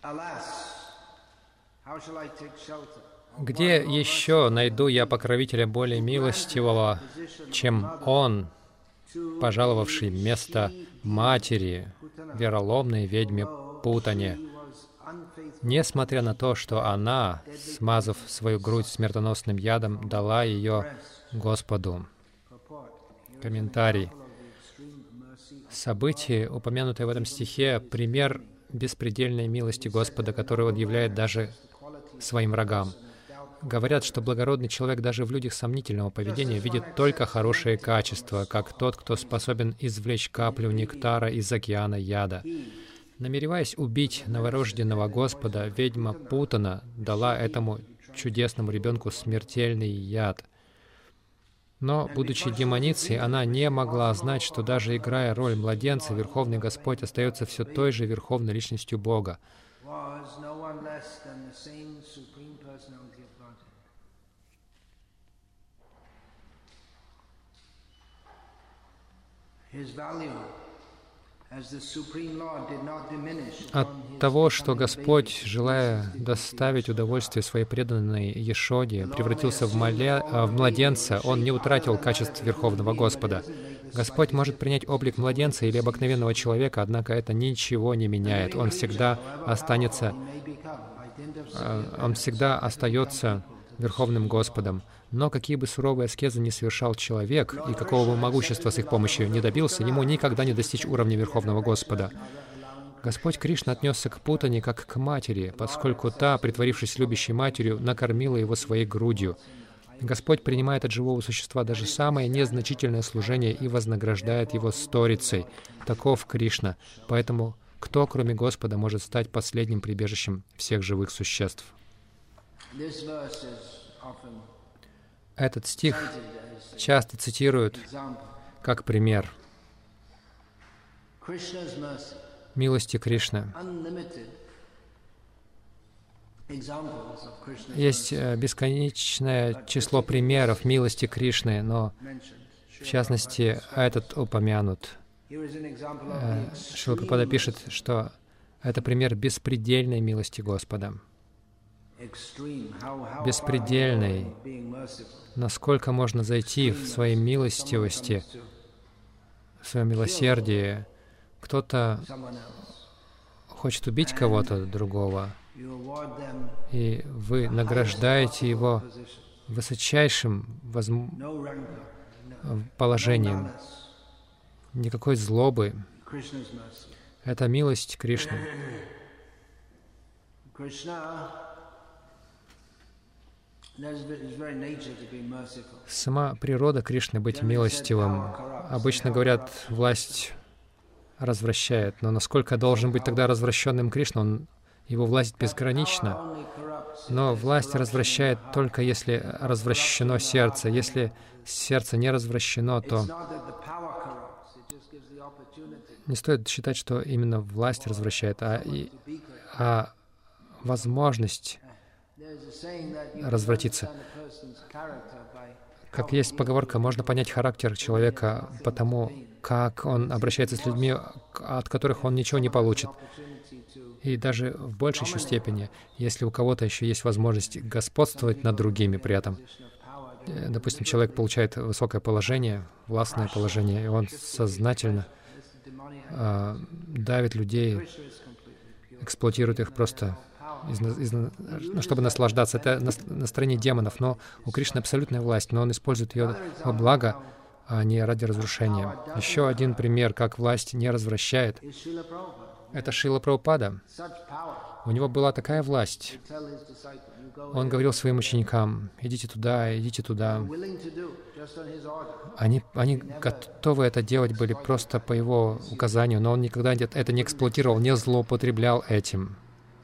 Где еще найду я покровителя более милостивого, чем он, пожаловавший место матери, вероломной ведьме Путане, несмотря на то, что она, смазав свою грудь смертоносным ядом, дала ее Господу. Комментарий. Событие, упомянутое в этом стихе, пример беспредельной милости Господа, которую Он являет даже своим врагам. Говорят, что благородный человек даже в людях сомнительного поведения видит только хорошие качества, как тот, кто способен извлечь каплю нектара из океана яда. Намереваясь убить новорожденного Господа, ведьма Путана дала этому чудесному ребенку смертельный яд. Но, будучи демоницей, она не могла знать, что даже играя роль младенца, Верховный Господь остается все той же Верховной Личностью Бога. От того, что Господь, желая доставить удовольствие своей преданной Ешоде, превратился в младенца, Он не утратил качеств Верховного Господа. Господь может принять облик младенца или обыкновенного человека, однако это ничего не меняет. Он всегда остается Верховным Господом. Но какие бы суровые аскезы ни совершал человек, и какого бы могущества с их помощью не добился, ему никогда не достичь уровня Верховного Господа. Господь Кришна отнесся к Путане как к матери, поскольку та, притворившись любящей матерью, накормила его своей грудью. Господь принимает от живого существа даже самое незначительное служение и вознаграждает его сторицей. Таков Кришна. Поэтому кто, кроме Господа, может стать последним прибежищем всех живых существ? Этот стих часто цитируют как пример милости Кришны. Есть бесконечное число примеров милости Кришны, но в частности этот упомянут. Шрила Прабхупада пишет, что это пример беспредельной милости Господа. Беспредельной. Насколько можно зайти в своей милостивости, в своем милосердии. Кто-то хочет убить кого-то другого, и вы награждаете его высочайшим положением. Никакой злобы. Это милость Кришны. Сама природа Кришны — быть милостивым. Обычно говорят, власть развращает, но насколько должен быть тогда развращенным Кришна? Его власть безгранична. Но власть развращает только если развращено сердце. Если сердце не развращено, то не стоит считать, что именно власть развращает, а возможность развратиться. Как есть поговорка, можно понять характер человека по тому, как он обращается с людьми, от которых он ничего не получит. И даже в большей еще степени, если у кого-то еще есть возможность господствовать над другими при этом. Допустим, человек получает высокое положение, властное положение, и он сознательно давит людей, эксплуатирует их просто, чтобы наслаждаться. Это настроение демонов, но у Кришны абсолютная власть, но Он использует ее во благо, а не ради разрушения. Еще один пример, как власть не развращает, это Шрила Прабхупада. У него была такая власть. Он говорил своим ученикам: идите туда, идите туда. Они готовы это делать были просто по его указанию, но он никогда это не эксплуатировал, не злоупотреблял этим.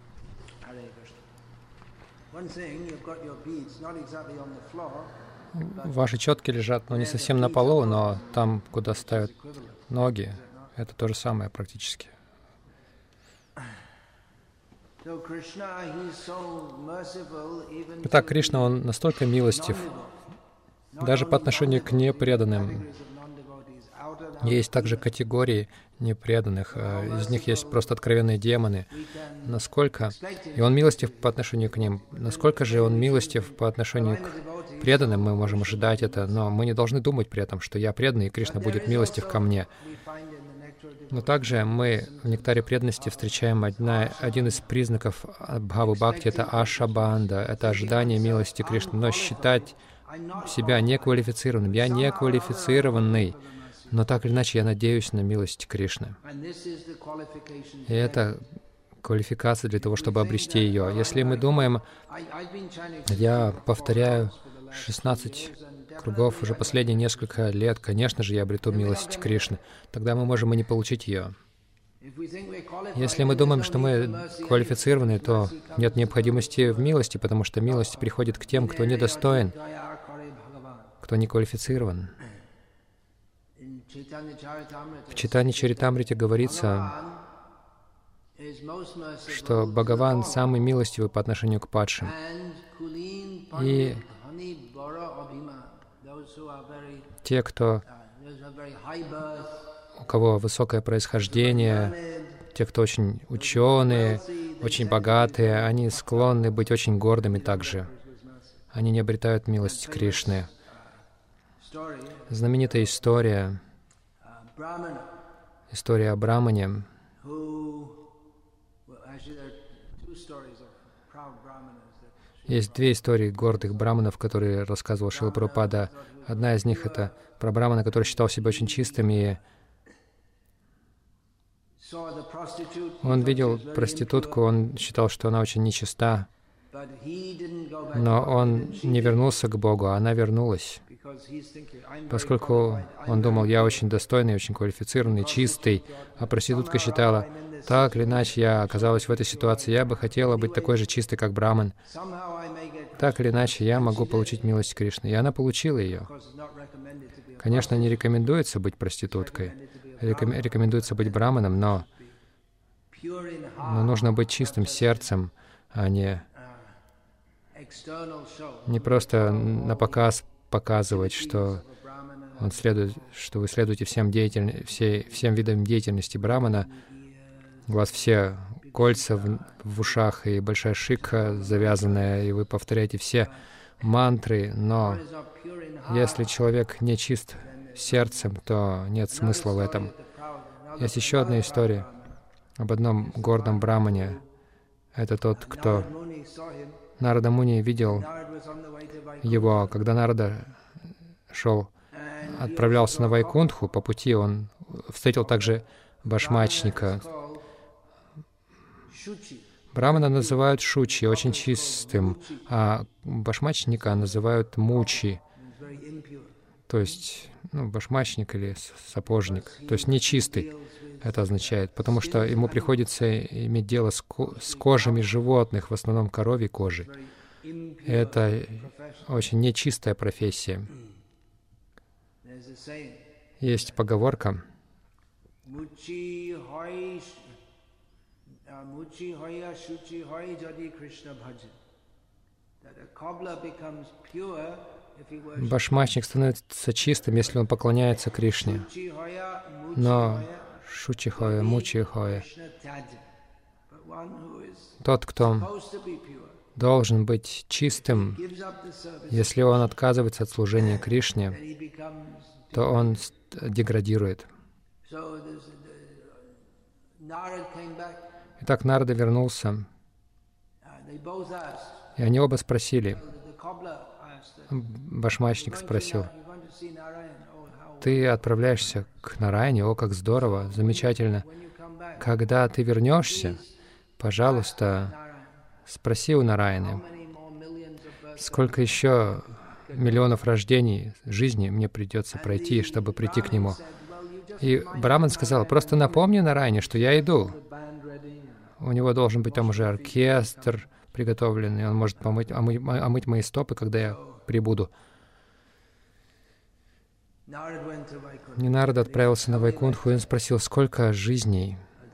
Ваши четки лежат, не совсем на полу, но там, куда ставят ноги, это то же самое практически. Итак, Кришна, Он настолько милостив, даже по отношению к непреданным. Есть также категории непреданных, из них есть просто откровенные демоны. Насколько... И Он милостив по отношению к ним. Насколько же Он милостив по отношению к преданным, мы можем ожидать это, но мы не должны думать при этом, что я преданный, и Кришна будет милостив ко мне. Но также мы в нектаре преданности встречаем один из признаков Бхавы Бхакти — это Ашабанда, это ожидание милости Кришны, но считать себя неквалифицированным. Я неквалифицированный, но так или иначе я надеюсь на милость Кришны. И это квалификация для того, чтобы обрести ее. Если мы думаем, я повторяю 16 кругов уже последние несколько лет, конечно же, я обрету милость Кришны. Тогда мы можем и не получить ее. Если мы думаем, что мы квалифицированы, то нет необходимости в милости, потому что милость приходит к тем, кто недостоин, кто не квалифицирован. В Чайтанья Чаритамрите говорится, что Бхагаван самый милостивый по отношению к падшим. И те, у кого высокое происхождение, те, кто очень ученые, очень богатые, они склонны быть очень гордыми также. Они не обретают милость Кришны. Знаменитая история о Брамане. Есть две истории гордых браманов, которые рассказывал Шрила Прабхупада. Одна из них — это про брамана, который считал себя очень чистым, и он видел проститутку, он считал, что она очень нечиста, но он не вернулся к Богу, а она вернулась, поскольку он думал, я очень достойный, очень квалифицированный, чистый, а проститутка считала, так или иначе я оказалась в этой ситуации, я бы хотела быть такой же чистой, как браман. Так или иначе я могу получить милость Кришны. И она получила ее. Конечно, не рекомендуется быть проституткой, рекомендуется быть браманом, но нужно быть чистым сердцем, а не просто на показ показывать, что вы следуете всем видам деятельности брамана, у вас все кольца в ушах и большая шика завязанная, и вы повторяете все мантры, но если человек не чист сердцем, то нет смысла в этом. Есть еще одна история об одном гордом брамане. Это тот, кто... Нарада Муни видел его, когда Нарада отправлялся на Вайкунтху, по пути он встретил также башмачника. Брамана называют Шучи, очень чистым, а башмачника называют Мучи, то есть башмачник или сапожник, то есть нечистый это означает, потому что ему приходится иметь дело с кожами животных, в основном коровьей кожи. Это очень нечистая профессия. Есть поговорка, башмачник становится чистым, если он поклоняется Кришне. Но Шучихоя, Мучихоя, тот, кто должен быть чистым, если он отказывается от служения Кришне, то он деградирует. Итак, Нарада вернулся, и они оба спросили. Башмачник спросил, «Ты отправляешься к Нараяне? О, как здорово, замечательно. Когда ты вернешься, пожалуйста, спроси у Нараяны, сколько еще миллионов рождений, жизни мне придется пройти, чтобы прийти к нему». И Браман сказал, «Просто напомни Нараяне, что я иду. У него должен быть там уже оркестр приготовленный, он может омыть мои стопы, когда я прибуду». И Нарада отправился на Вайкунтху, и он спросил, сколько жизней.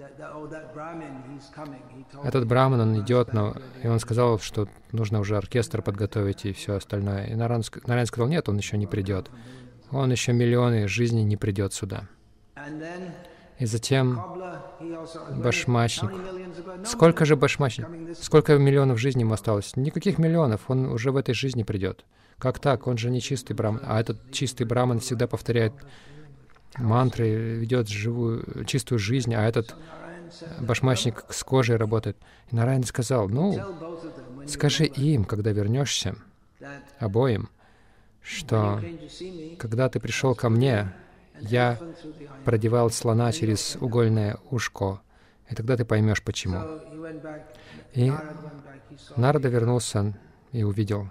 Этот браман, он идет, и он сказал, что нужно уже оркестр подготовить и все остальное. И Нараян сказал, нет, он еще не придет. Он еще миллионы жизней не придет сюда. И затем башмачник. Сколько же башмачник? Сколько миллионов жизней ему осталось? Никаких миллионов, он уже в этой жизни придет. Как так? Он же не чистый браман. А этот чистый браман всегда повторяет мантры, ведет чистую жизнь, а этот башмачник с кожей работает. И Нараяна сказал, ну, скажи им, когда вернешься, обоим, что когда ты пришел ко мне, я продевал слона через угольное ушко, и тогда ты поймешь, почему. И Нарада вернулся и увидел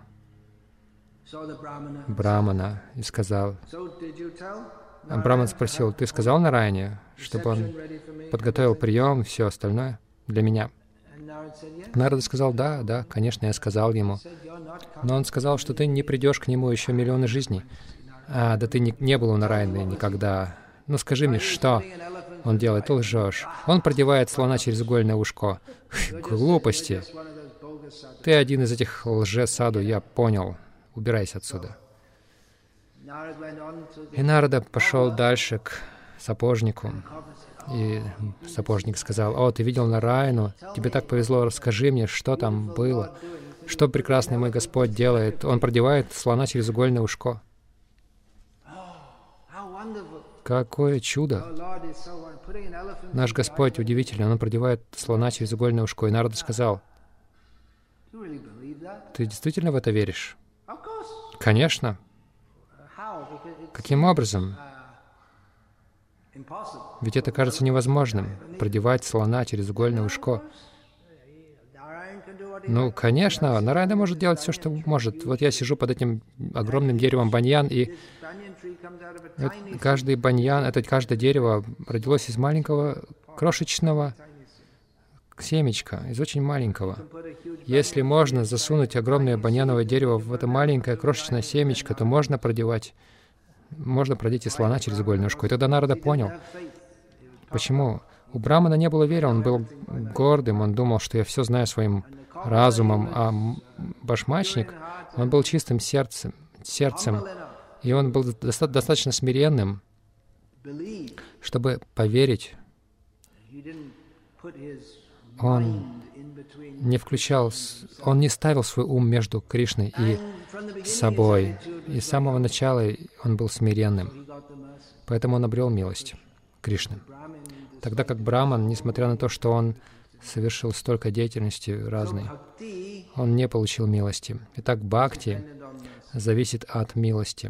Брамана и сказал, Браман спросил, ты сказал Нараяне, чтобы он подготовил прием и все остальное для меня? Нарада сказал, да, конечно, я сказал ему. Но он сказал, что ты не придешь к нему еще миллионы жизней. Да ты не был у Нараяны никогда. Ну скажи мне, что он делает? Ты лжешь. Он продевает слона через игольное ушко. Глупости. Ты один из этих лже-саду, я понял. Убирайся отсюда. И Нарада пошел дальше к сапожнику. И сапожник сказал, «О, ты видел Нараяну? Тебе так повезло, расскажи мне, что там было? Что прекрасный мой Господь делает? Он продевает слона через игольное ушко». Какое чудо! Наш Господь удивительный, Он продевает слона через игольное ушко. И Нарада сказал, «Ты действительно в это веришь?» «Конечно». Каким образом? Ведь это кажется невозможным, продевать слона через игольное ушко. Ну, конечно, Нараяна может делать все, что может. Вот я сижу под этим огромным деревом баньян, и каждый баньян, каждое дерево родилось из маленького, крошечного семечка, из очень маленького. Если можно засунуть огромное баньяновое дерево в это маленькое, крошечное семечко, то можно продеть и слона через игольное ушко. И тогда Нарада понял, почему. У Брамана не было веры, он был гордым, он думал, что я все знаю своим разумом, а башмачник, он был чистым сердцем, и он был достаточно смиренным, чтобы поверить. Он не ставил свой ум между Кришной и собой. И с самого начала он был смиренным. Поэтому он обрел милость Кришны. Тогда как Браман, несмотря на то, что он совершил столько деятельности разной, он не получил милости. Итак, бхакти зависит от милости.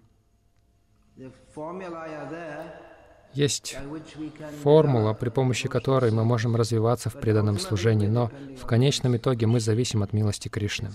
Есть формула, при помощи которой мы можем развиваться в преданном служении, но в конечном итоге мы зависим от милости Кришны.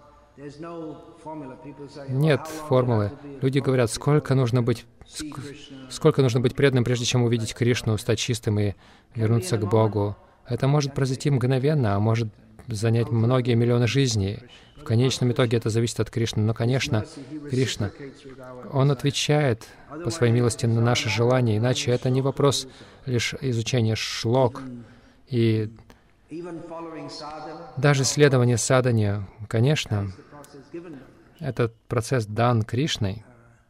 Нет формулы. Люди говорят, сколько нужно быть преданным, прежде чем увидеть Кришну, стать чистым и вернуться к Богу. Это может произойти мгновенно, а может занять многие миллионы жизней. В конечном итоге это зависит от Кришны. Но, конечно, Кришна, Он отвечает по своей милости на наши желания, иначе это не вопрос лишь изучения шлок. И даже следование садхане, конечно, этот процесс дан Кришной.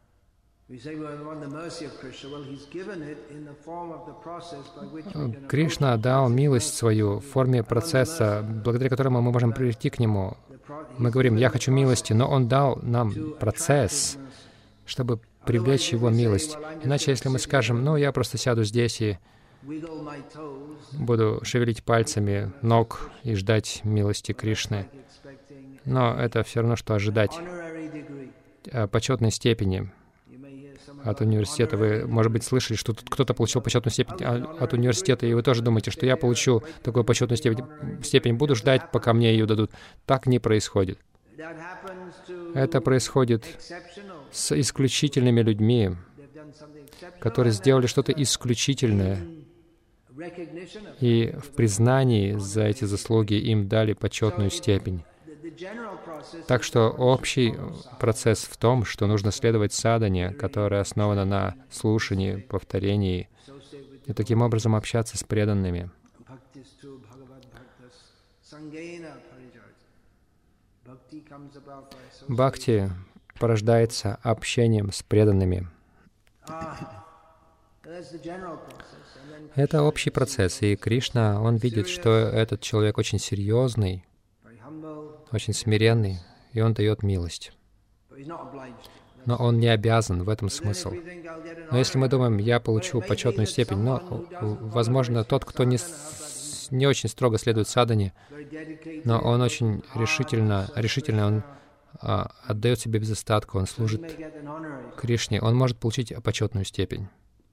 Кришна дал милость свою в форме процесса, благодаря которому мы можем прийти к Нему. Мы говорим, «Я хочу милости», но Он дал нам процесс, чтобы привлечь Его милость. Иначе, если мы скажем, «Ну, я просто сяду здесь и буду шевелить пальцами ног и ждать милости Кришны», но это все равно, что ожидать почетной степени от университета. Вы, может быть, слышали, что тут кто-то получил почетную степень от университета, и вы тоже думаете, что я получу такую почетную степень, буду ждать, пока мне ее дадут. Так не происходит. Это происходит с исключительными людьми, которые сделали что-то исключительное, и в признании за эти заслуги им дали почетную степень. Так что общий процесс в том, что нужно следовать садхане, которая основана на слушании, повторении, и таким образом общаться с преданными. Бхакти порождается общением с преданными. Это общий процесс, и Кришна, Он видит, что этот человек очень серьезный, очень смиренный, и Он дает милость. Но Он не обязан, в этом смысл. Но если мы думаем, я получу почетную степень, но, возможно, тот, кто не очень строго следует садхане, но он очень решительно он отдает себе без остатка, он служит Кришне, он может получить почетную степень.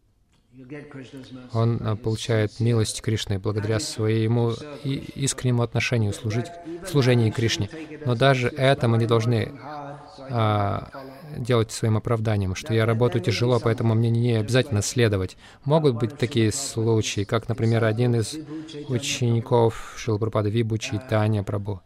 Он получает милость Кришны благодаря своему искреннему отношению служению Кришне. Но даже это мы не должны делать своим оправданием, что я работаю тяжело, поэтому мне не обязательно следовать. Могут быть такие случаи, как, например, один из учеников Шрилы Прабхупады, Вибху Чайтанья Прабху.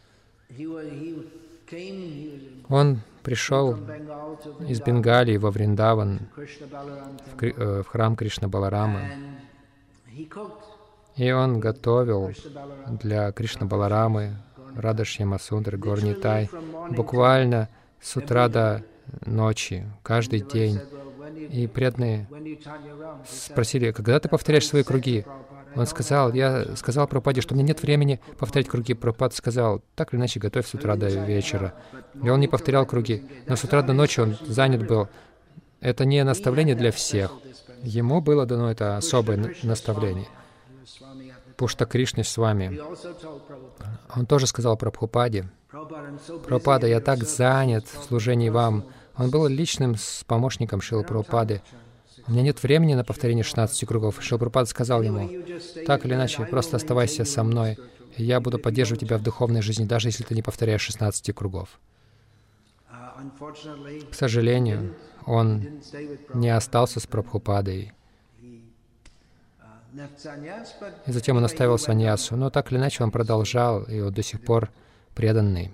Он пришел из Бенгалии во Вриндаван, в храм Кришна Баларамы, и он готовил для Кришна Баларамы, Рада Шьяма Сундар, Гаур Нитай, буквально с утра до ночи, каждый день. И преданные спросили, когда ты повторяешь свои круги? Он сказал, я сказал Прабхупаде, что у меня нет времени повторять круги. Прабхупада сказал, так или иначе, готовь с утра до вечера. И он не повторял круги. Но с утра до ночи он занят был. Это не наставление для всех. Ему было дано это особое наставление. Пушта Кришна с вами. Он тоже сказал Прабхупаде, Прабхупада, я так занят в служении вам. Он был личным помощником Шрилы Прабхупады. У меня нет времени на повторение 16 кругов. Шрила Прабхупада сказал ему, так или иначе, просто оставайся со мной, и я буду поддерживать тебя в духовной жизни, даже если ты не повторяешь 16 кругов. К сожалению, он не остался с Прабхупадой. И затем он оставил саньясу. Но так или иначе он продолжал, и он до сих пор преданный.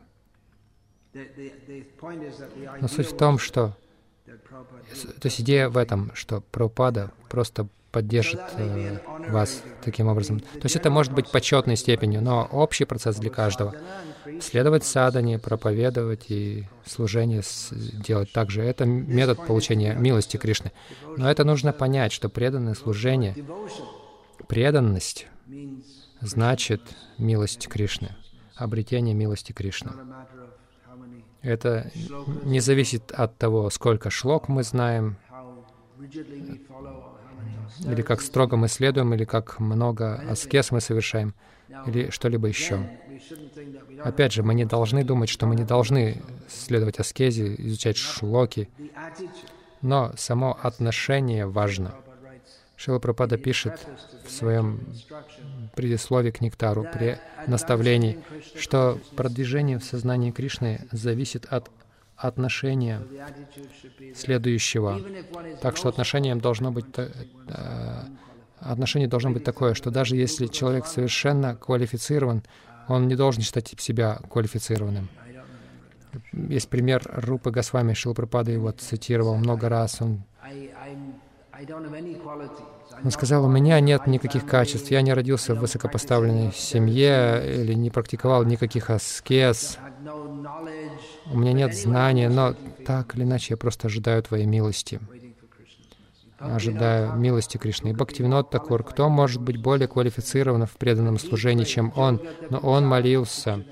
Но суть в том, что... То есть идея в этом, что Прабхупада просто поддержит вас таким образом. То есть это может быть почетной степенью, но общий процесс для каждого. Следовать садхане, проповедовать и служение делать также. Это метод получения милости Кришны. Но это нужно понять, что преданное служение, преданность значит милость Кришны, обретение милости Кришны. Это не зависит от того, сколько шлок мы знаем, или как строго мы следуем, или как много аскез мы совершаем, или что-либо еще. Опять же, мы не должны думать, что мы не должны следовать аскезе, изучать шлоки, но само отношение важно. Шрила Прабхупада пишет в своем предисловии к нектару, при наставлении, что продвижение в сознании Кришны зависит от отношения следующего. Так что отношение должно быть такое, что даже если человек совершенно квалифицирован, он не должен считать себя квалифицированным. Есть пример Рупы Госвами, Шрила Прабхупада его цитировал много раз. Он сказал, у меня нет никаких качеств, я не родился в высокопоставленной семье или не практиковал никаких аскез, у меня нет знания, но так или иначе я просто ожидаю Твоей милости, ожидаю милости Кришны. И Бхактивинод Такур, кто может быть более квалифицирован в преданном служении, чем он? Но он молился.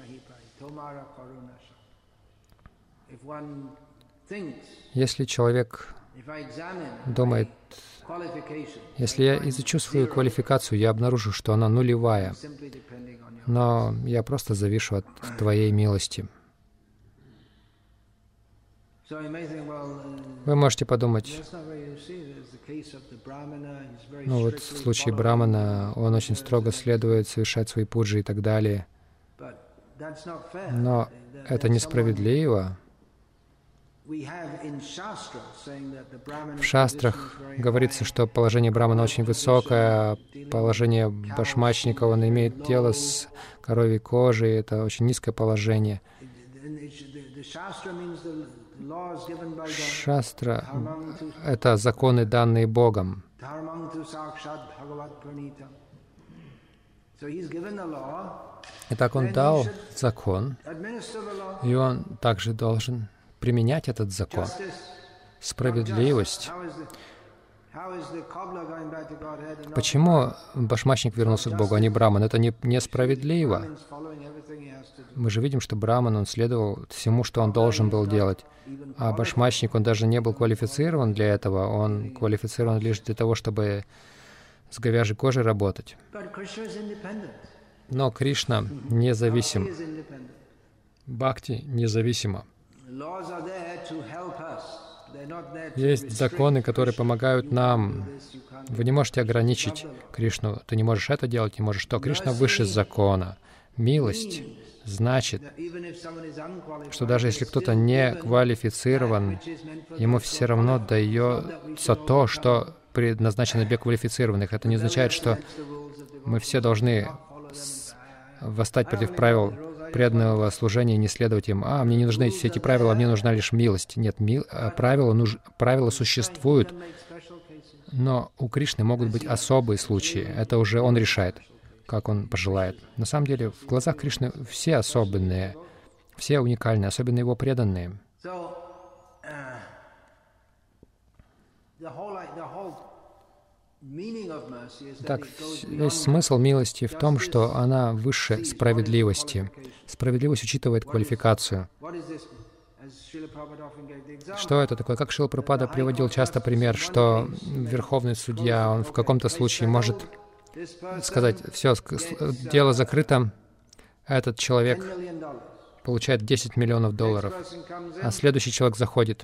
Если человек думает, если я изучу свою квалификацию, я обнаружу, что она нулевая, но я просто завишу от Твоей милости. Вы можете подумать, ну вот в случае Брамана, он очень строго следует совершать свои пуджи и так далее, но это несправедливо. В шастрах говорится, что положение Брамана очень высокое, положение башмачника, он имеет дело с коровьей кожей, это очень низкое положение. Шастра — это законы, данные Богом. Итак, он дал закон, и он также должен применять этот закон. Справедливость. Почему башмачник вернулся к Богу, а не Браман? Это несправедливо. Мы же видим, что Браман, он следовал всему, что он должен был делать. А башмачник, он даже не был квалифицирован для этого. Он квалифицирован лишь для того, чтобы с говяжьей кожей работать. Но Кришна независим. Бхакти независимо. Есть законы, которые помогают нам. Вы не можете ограничить Кришну. Ты не можешь это делать, не можешь то. Кришна выше закона. Милость значит, что даже если кто-то не квалифицирован, ему все равно дается то, что предназначено для квалифицированных. Это не означает, что мы все должны восстать против правил преданного служения и не следовать им. Мне не нужны все эти правила, мне нужна лишь милость. Нет, правила существуют, но у Кришны могут быть особые случаи. Это уже Он решает, как Он пожелает. На самом деле, в глазах Кришны все особенные, все уникальные, особенно Его преданные. Так, весь смысл милости в том, что она выше справедливости. Справедливость учитывает квалификацию. Что это такое? Как Шрила Прабхупада приводил часто пример, что верховный судья, он в каком-то случае может сказать: все, дело закрыто, этот человек получает $10 миллионов, а следующий человек заходит.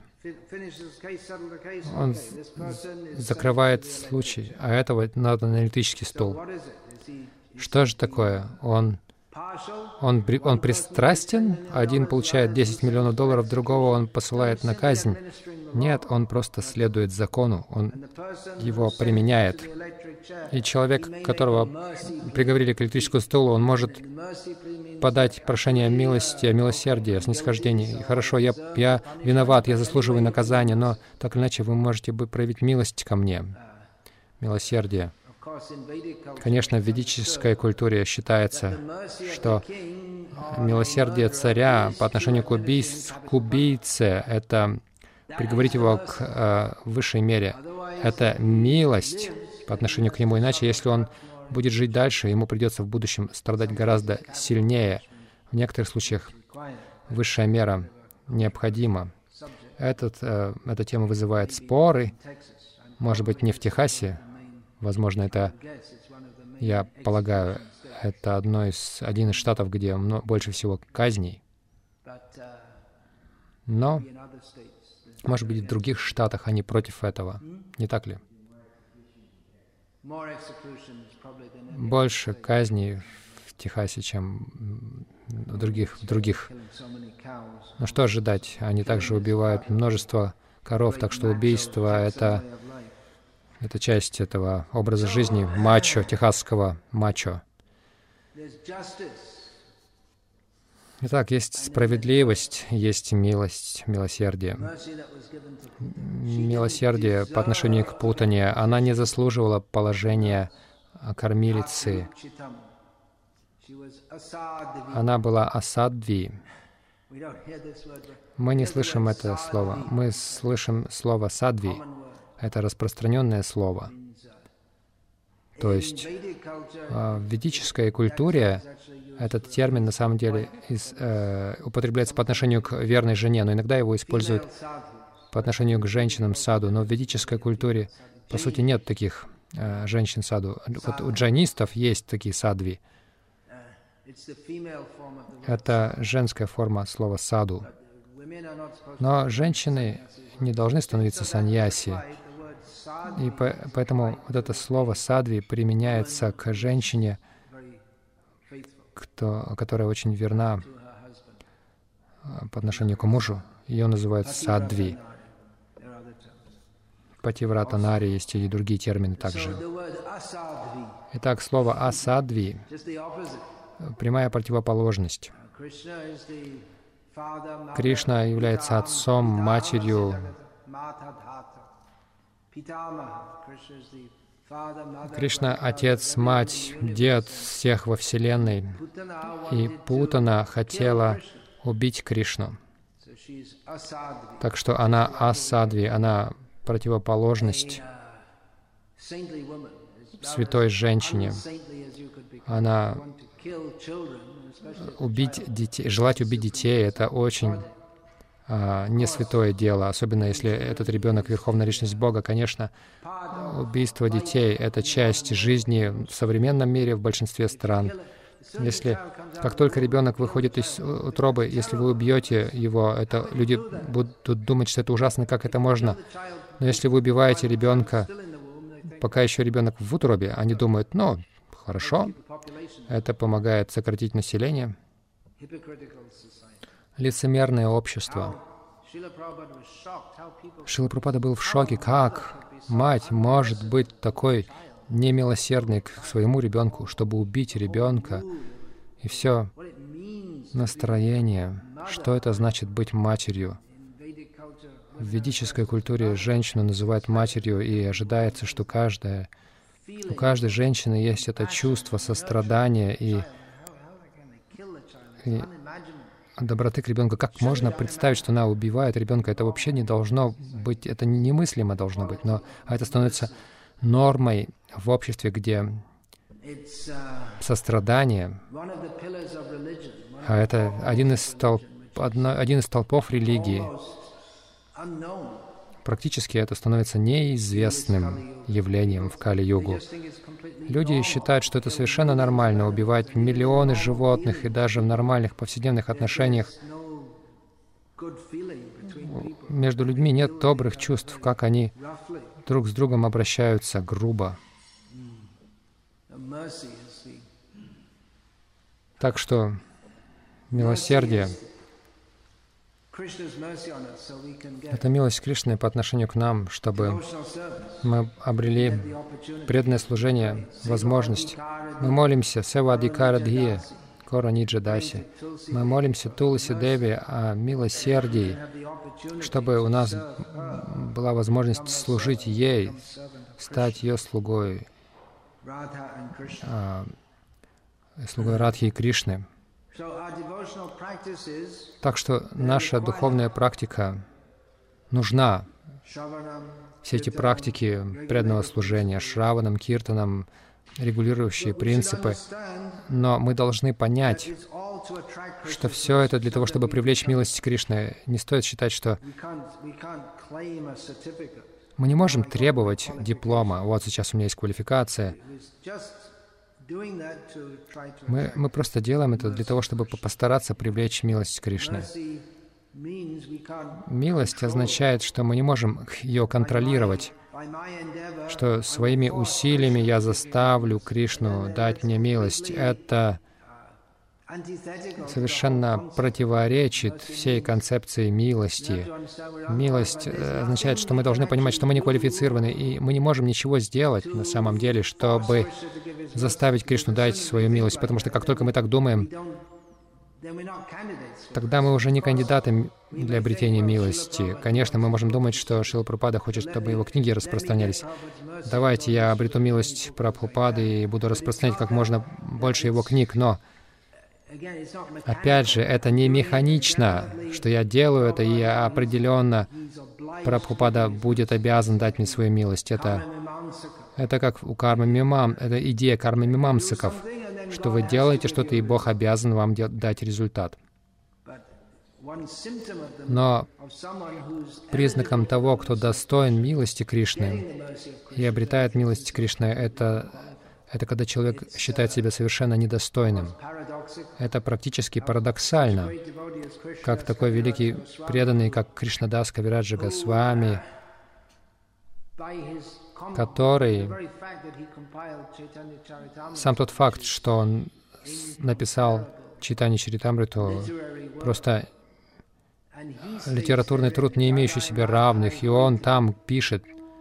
Он закрывает случай, а этого надо на электрический стул. Что же такое? Он пристрастен? Один получает $10 миллионов, другого он посылает на казнь. Нет, он просто следует закону, он его применяет. И человек, которого приговорили к электрическому стулу, он может подать прошение о милости, о милосердии, о снисхождении. Хорошо, я виноват, я заслуживаю наказания, но так или иначе вы можете проявить милость ко мне, милосердие. Конечно, в ведической культуре считается, что милосердие царя по отношению к убийце — это приговорить его к высшей мере. Это милость по отношению к нему. Иначе, если он будет жить дальше, ему придется в будущем страдать гораздо сильнее. В некоторых случаях высшая мера необходима. Эта тема вызывает споры. Может быть, не в Техасе. Возможно, это, я полагаю, это один из штатов, где больше всего казней. Но, может быть, в других штатах они против этого. Не так ли? Больше казней в Техасе, чем в других. Но что ожидать? Они также убивают множество коров, так что убийство — это часть этого образа жизни мачо, техасского мачо. Итак, есть справедливость, есть милость, милосердие. Милосердие по отношению к Путане, она не заслуживала положения кормилицы. Она была асадви. Мы не слышим это слово. Мы слышим слово садви. Это распространенное слово. То есть в ведической культуре этот термин на самом деле употребляется по отношению к верной жене, но иногда его используют по отношению к женщинам саду. Но в ведической культуре, по сути, нет таких женщин саду. Вот у джайнистов есть такие садви. Это женская форма слова саду. Но женщины не должны становиться саньяси. И поэтому вот это слово «садви» применяется к женщине, которая очень верна по отношению к мужу. Ее называют «садви». Пативрата нари, есть и другие термины также. Итак, слово «асадви» — прямая противоположность. Кришна является отцом, матерью. Кришна — отец, мать, дед всех во Вселенной. И Путана хотела убить Кришну. Так что она асадви, она противоположность святой женщине. Она желать убить детей — это очень не святое дело, особенно если этот ребенок — верховная личность Бога. Конечно, убийство детей — это часть жизни в современном мире в большинстве стран. Если как только ребенок выходит из утробы, если вы убьете его, это люди будут думать, что это ужасно, как это можно. Но если вы убиваете ребенка, пока еще ребенок в утробе, они думают, ну, хорошо, это помогает сократить население. Лицемерное общество. Шрила Прабхупада был в шоке, как мать может быть такой немилосердной к своему ребенку, чтобы убить ребенка. И все настроение, что это значит быть матерью. В ведической культуре женщину называют матерью, и ожидается, что у каждой женщины есть это чувство сострадания и доброты к ребенку. Как можно представить, что она убивает ребенка? Это вообще не должно быть, это немыслимо должно быть, но это становится нормой в обществе, где сострадание, это один из столпов религии. Практически это становится неизвестным явлением в Кали-югу. Люди считают, что это совершенно нормально — убивать миллионы животных, и даже в нормальных повседневных отношениях между людьми нет добрых чувств, как они друг с другом обращаются грубо. Так что милосердие — это милость Кришны по отношению к нам, чтобы мы обрели преданное служение, возможность. Мы молимся «Сева Адикара Дхия Кора Ниджа Даси». Мы молимся Туласи Деви о милосердии, чтобы у нас была возможность служить ей, стать ее слугой, слугой Радхи и Кришны. Так что наша духовная практика нужна. Все эти практики преданного служения, шраванам, киртанам, регулирующие принципы. Но мы должны понять, что все это для того, чтобы привлечь милость Кришны. Не стоит считать, что мы не можем требовать диплома. Вот сейчас у меня есть квалификация. Мы просто делаем это для того, чтобы постараться привлечь милость Кришны. Милость означает, что мы не можем ее контролировать, что своими усилиями я заставлю Кришну дать мне милость. Это совершенно противоречит всей концепции милости. Милость означает, что мы должны понимать, что мы не квалифицированы, и мы не можем ничего сделать на самом деле, чтобы заставить Кришну дать свою милость, потому что как только мы так думаем, тогда мы уже не кандидаты для обретения милости. Конечно, мы можем думать, что Шрила Прабхупада хочет, чтобы его книги распространялись. Давайте я обрету милость Прабхупады и буду распространять как можно больше его книг, но опять же, это не механично, что я делаю это, и определенно Прабхупада будет обязан дать мне свою милость. Это как у кармы-мимам, это идея кармы-мимамсаков, что вы делаете что-то, и Бог обязан вам дать результат. Но признаком того, кто достоин милости Кришны и обретает милость Кришны, это когда человек считает себя совершенно недостойным. Это практически парадоксально, как такой великий преданный, как Кришнадас Кавираджа Госвами, который сам тот факт, что он написал Чайтанья Чаритамриту, просто литературный труд, не имеющий себе равных, и он там пишет: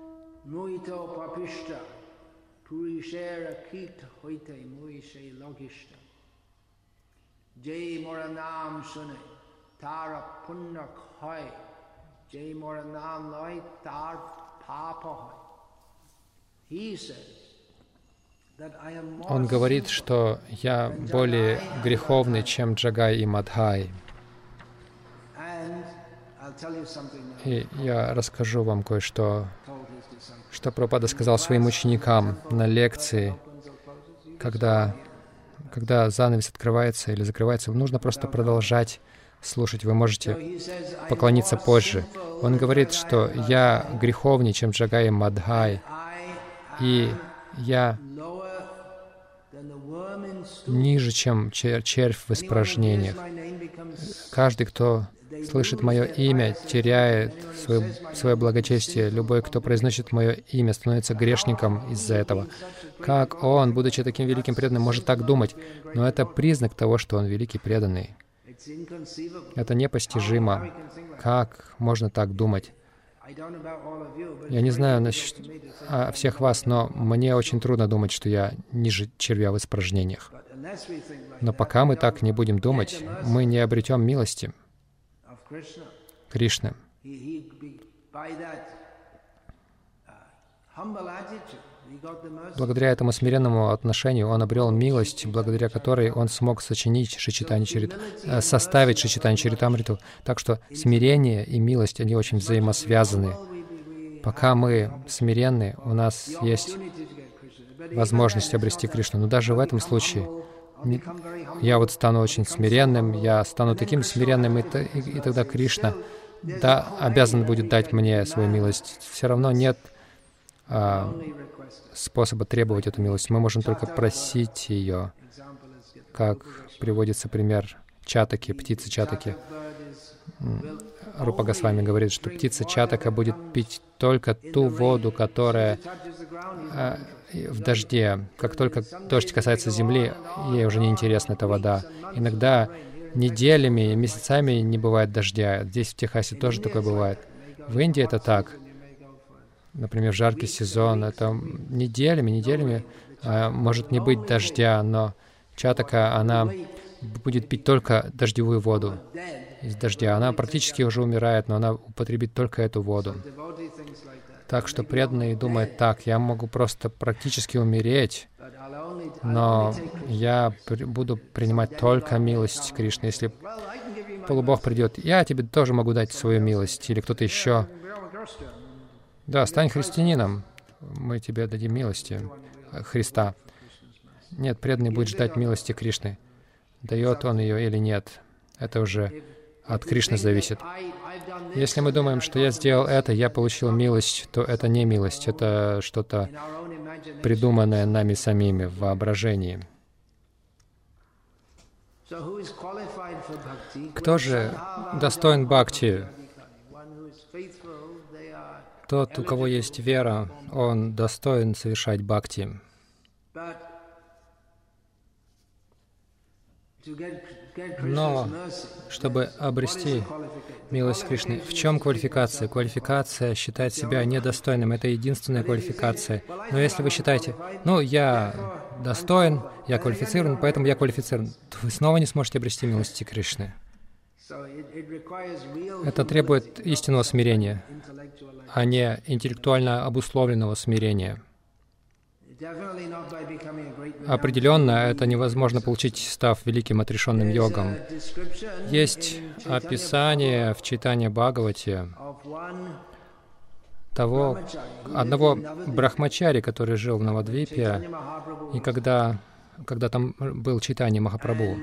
он говорит, что я более греховный, чем Джагай и Мадхай. И я расскажу вам кое-что, что Прабхупада сказал своим ученикам на лекции, когда занавес открывается или закрывается, нужно просто продолжать слушать, вы можете поклониться позже. Он говорит, что «я греховнее, чем Джагай и Мадхай, и я ниже, чем червь в испражнениях. Каждый, кто слышит мое имя, теряет свое благочестие. Любой, кто произносит мое имя, становится грешником из-за этого. Как он, будучи таким великим преданным, может так думать? Но это признак того, что он великий преданный. Это непостижимо. Как можно так думать? Я не знаю о всех вас, но мне очень трудно думать, что я ниже червя в испражнениях. Но пока мы так не будем думать, мы не обретем милости Кришны. Благодаря этому смиренному отношению он обрел милость, благодаря которой он смог составить Шичитани Чаритамриту. Так что смирение и милость, они очень взаимосвязаны. Пока мы смиренны, у нас есть возможность обрести Кришну. Но даже в этом случае я вот стану очень смиренным, я стану таким смиренным, и тогда Кришна обязан будет дать мне свою милость. Все равно нет способа требовать эту милость. Мы можем только просить ее, как приводится пример чатаки, птицы чатаки. Рупа Госвами говорит, что птица чатака будет пить только ту воду, которая в дожде. Как только дождь касается земли, ей уже не интересна эта вода. Иногда неделями, месяцами не бывает дождя. Здесь, в Техасе, тоже такое бывает. В Индии это так. Например, в жаркий сезон, это неделями может не быть дождя, но чатака, она будет пить только дождевую воду из дождя. Она практически уже умирает, но она употребит только эту воду. Так что преданный думает так: я могу просто практически умереть, но я буду принимать только милость Кришны. Если полубог придет, я тебе тоже могу дать свою милость, или кто-то еще. Да, стань христианином, мы тебе дадим милости Христа. Нет, преданный будет ждать милости Кришны. Дает он ее или нет, это уже от Кришны зависит. Если мы думаем, что я сделал это, я получил милость, то это не милость, это что-то придуманное нами самими в воображении. Кто же достоин бхакти? Тот, у кого есть вера, он достоин совершать бхакти. Но чтобы обрести милость Кришны, в чем квалификация? Квалификация считать себя недостойным. Это единственная квалификация. Но если вы считаете, я достоин, я квалифицирован, поэтому я квалифицирован, то вы снова не сможете обрести милости Кришны. Это требует истинного смирения, а не интеллектуально обусловленного смирения. Определенно, это невозможно получить, став великим отрешенным йогом. Есть описание в Чайтанья Бхагавате одного брахмачари, который жил в Навадвипе, и когда там был Чайтанья Махапрабху,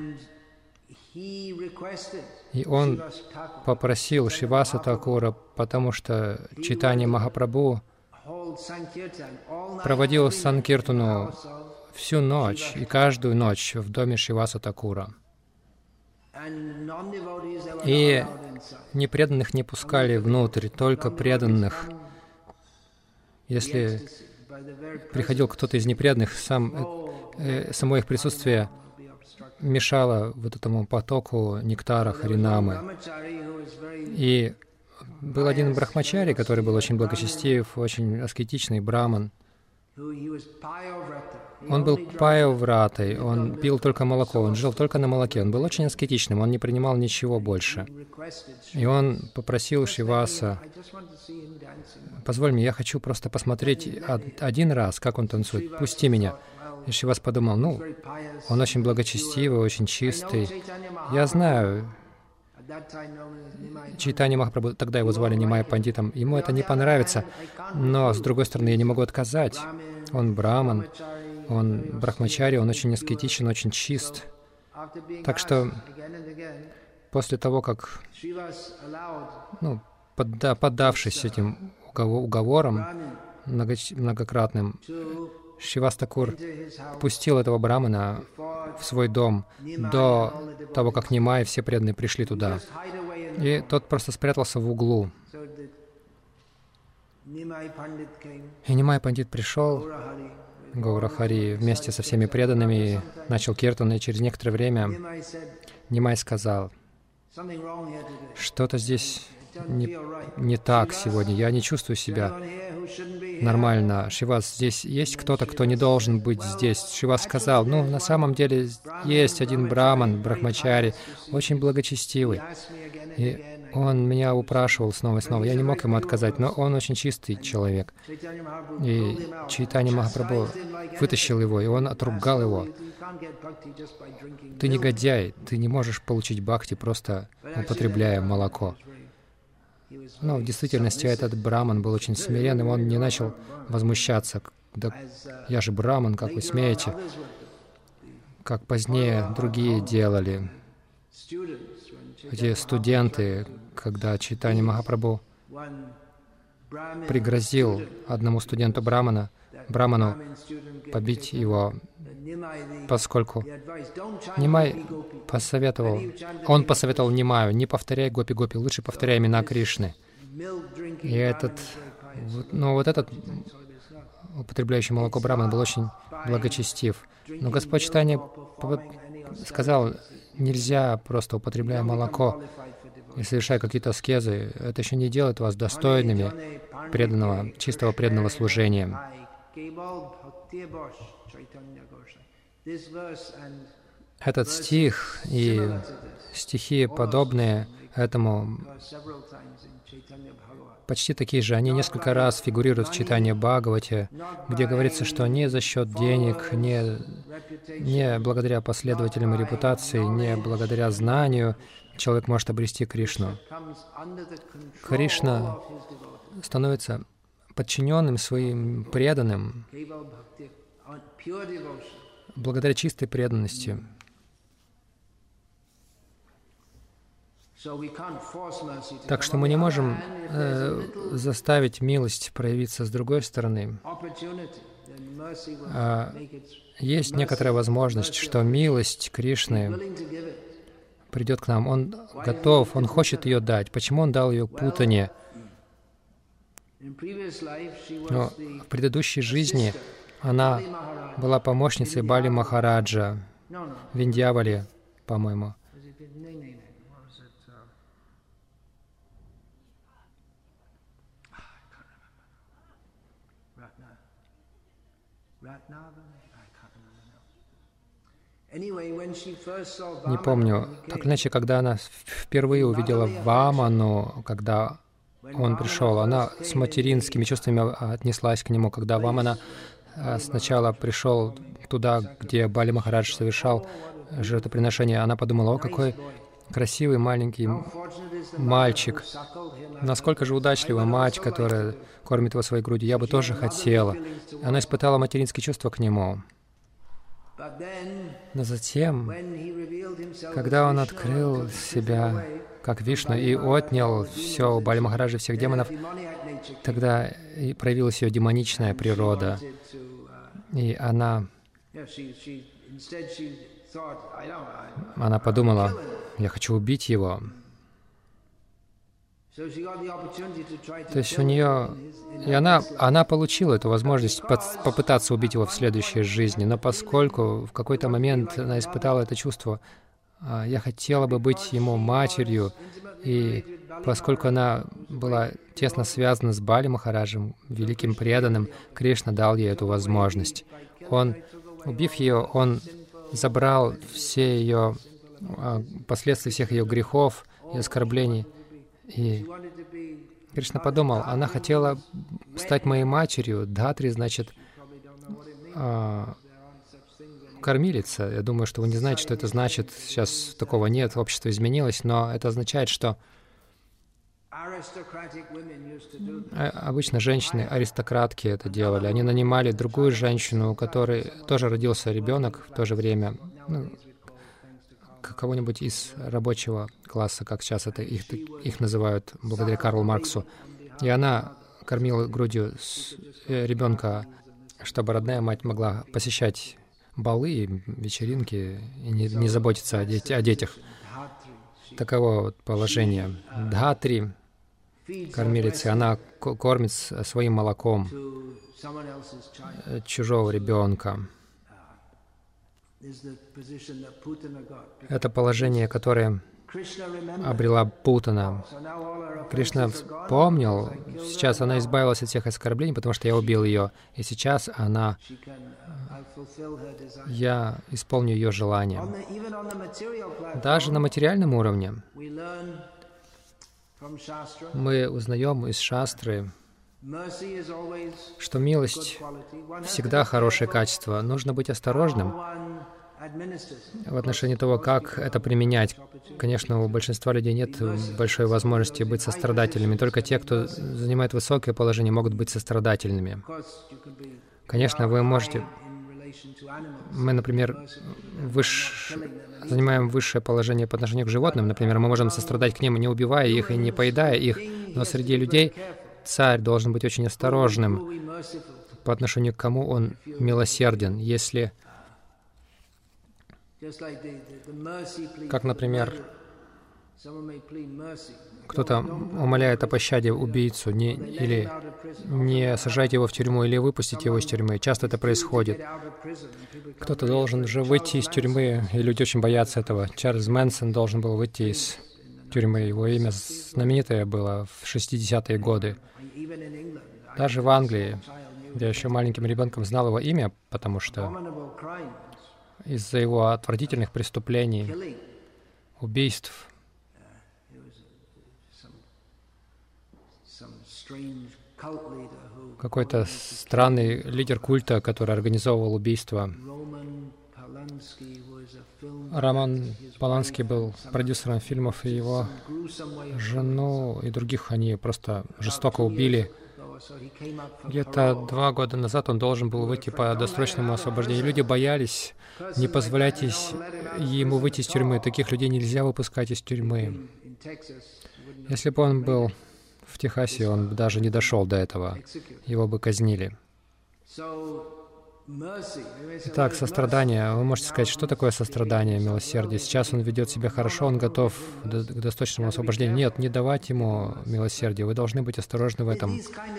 и он попросил Шриваса Такура, потому что Чайтанья Махапрабху проводил санкиртану всю ночь и каждую ночь в доме Шриваса Такура. И непреданных не пускали внутрь, только преданных. Если приходил кто-то из непреданных, само их присутствие мешало вот этому потоку нектара Харинамы. И был один брахмачари, который был очень благочестив, очень аскетичный браман. Он был пайовратой, он пил только молоко, он жил только на молоке, он был очень аскетичным, он не принимал ничего больше. И он попросил Шриваса: «Позволь мне, я хочу просто посмотреть один раз, как он танцует, пусти меня». И Шривас подумал, он очень благочестивый, очень чистый. Я знаю, Чайтанья Махапрабху, тогда его звали Нимай Пандитом, ему это не понравится, но, с другой стороны, я не могу отказать. Он браман, он брахмачари, он очень аскетичен, очень чист. Так что после того, как, поддавшись этим уговорам многократным, Шривас Такур пустил этого брамана в свой дом до того, как Нимай и все преданные пришли туда. И тот просто спрятался в углу. И Нимай Пандит пришел, Гаура Хари, вместе со всеми преданными, начал киртан, и через некоторое время Нимай сказал: что-то здесь не так сегодня, я не чувствую себя нормально. Шривас, здесь есть кто-то, кто не должен быть здесь. Шривас сказал: на самом деле есть один браман, брахмачари, очень благочестивый. И он меня упрашивал снова и снова. Я не мог ему отказать, но он очень чистый человек. И Чайтанья Махапрабху вытащил его, и он отругал его. Ты негодяй, ты не можешь получить бхакти, просто употребляя молоко. Но в действительности этот браман был очень смиренным, он не начал возмущаться. Да я же браман, как вы смеете? Как позднее другие делали. Эти студенты, когда Чайтанья Махапрабху пригрозил одному студенту браману побить его, поскольку Нимай посоветовал, он посоветовал Нимаю: не повторяй гопи-гопи, лучше повторяй имена Кришны. И этот употребляющий молоко браман был очень благочестив. Но Господь Чайтанья сказал: нельзя просто употребляя молоко и совершая какие-то аскезы. Это еще не делает вас достойными чистого преданного служения. Этот стих и стихи, подобные этому, почти такие же, они несколько раз фигурируют в Чайтанья Бхагавате, где говорится, что не за счет денег, не благодаря последователям репутации, не благодаря знанию человек может обрести Кришну. Кришна становится подчиненным своим преданным благодаря чистой преданности. Так что мы не можем заставить милость проявиться с другой стороны. Есть некоторая возможность, что милость Кришны придет к нам. Он готов, Он хочет ее дать. Почему Он дал ее Путане? Но в предыдущей жизни она была помощницей Бали Махараджа, Виндьявали, по-моему. Не помню. Так или иначе, когда она впервые увидела Ваману, когда он пришел, она с материнскими чувствами отнеслась к нему. Когда Вамана сначала пришел туда, где Бали Махарадж совершал жертвоприношение, она подумала: о, какой красивый маленький мальчик. Насколько же удачлива мать, которая кормит его своей грудью. Я бы тоже хотела. Она испытала материнские чувства к нему. Но затем, когда он открыл себя как Вишну и отнял все у Бали Махараджа, всех демонов, тогда и проявилась ее демоничная природа. И она подумала: я хочу убить его. То есть у нее... И она получила эту возможность попытаться убить его в следующей жизни, но поскольку в какой-то момент она испытала это чувство: я хотела бы быть ему матерью, и поскольку она была тесно связана с Бали Махараджем, великим преданным, Кришна дал ей эту возможность. Убив ее, он забрал все ее последствия всех ее грехов и оскорблений. И Кришна подумал: она хотела стать моей матерью. Датри, значит, кормилица. Я думаю, что вы не знаете, что это значит. Сейчас такого нет, общество изменилось, но это означает, что обычно женщины-аристократки это делали. Они нанимали другую женщину, у которой тоже родился ребенок в то же время, кого-нибудь из рабочего класса, как сейчас это их называют, благодаря Карлу Марксу. И она кормила грудью ребенка, чтобы родная мать могла посещать балы и вечеринки и не заботиться о детях. Таково вот положение. Дхатри, кормилицы, она кормит своим молоком чужого ребенка. Это положение, которое обрела Путана. Кришна вспомнил, сейчас она избавилась от всех оскорблений, потому что я убил ее, и сейчас я исполню ее желание. Даже на материальном уровне мы узнаем из шастры, что милость всегда хорошее качество. Нужно быть осторожным в отношении того, как это применять. Конечно, у большинства людей нет большой возможности быть сострадательными. Только те, кто занимает высокое положение, могут быть сострадательными. Конечно, вы можете... Мы, например, занимаем высшее положение по отношению к животным. Например, мы можем сострадать к ним, не убивая их и не поедая их. Но среди людей царь должен быть очень осторожным по отношению к кому он милосерден. Если, как, например, кто-то умоляет о пощаде убийцу, или не сажайте его в тюрьму, или выпустите его из тюрьмы. Часто это происходит. Кто-то должен же выйти из тюрьмы, и люди очень боятся этого. Чарльз Мэнсон должен был выйти из тюрьмы. Его имя знаменитое было в 60-е годы. Даже в Англии, я еще маленьким ребенком знал его имя, потому что из-за его отвратительных преступлений, убийств, какой-то странный лидер культа, который организовывал убийство. Роман Поланский был продюсером фильмов, и его жену и других они просто жестоко убили. Где-то 2 года назад он должен был выйти по досрочному освобождению. Люди боялись, не позволяйте ему выйти из тюрьмы. Таких людей нельзя выпускать из тюрьмы. Если бы он был в Техасе, он бы даже не дошел до этого. Его бы казнили. Итак, сострадание. Вы можете сказать, что такое сострадание, милосердие? Сейчас он ведет себя хорошо, он готов к досрочному освобождению. Нет, не давать ему милосердие. Вы должны быть осторожны в этом.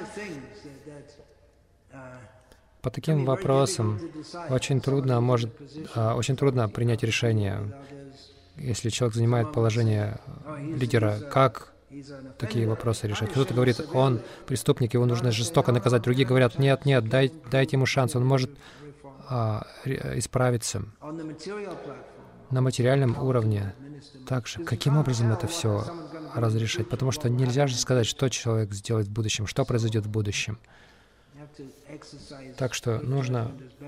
По таким вопросам очень трудно принять решение, если человек занимает положение лидера. Как такие вопросы решать? Кто-то говорит, он преступник, его нужно жестоко наказать. Другие говорят, нет, дайте ему шанс, он может исправиться. На материальном уровне также. Каким образом это все разрешать? Потому что нельзя же сказать, что человек сделает в будущем, что произойдет в будущем. Так что нужно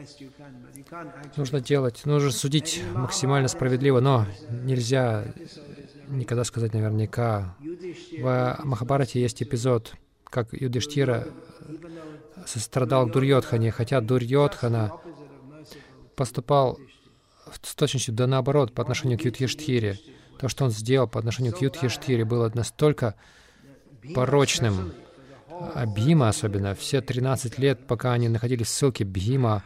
судить максимально справедливо, но нельзя никогда сказать наверняка. В Махабхарате есть эпизод, как Юдхиштира сострадал к Дурьодхане, хотя Дурьодхана поступал с точностью да наоборот по отношению к Юдхиштире. То, что он сделал по отношению к Юдхиштире, было настолько порочным. А Бхима особенно, все 13 лет, пока они находились в ссылке, Бхима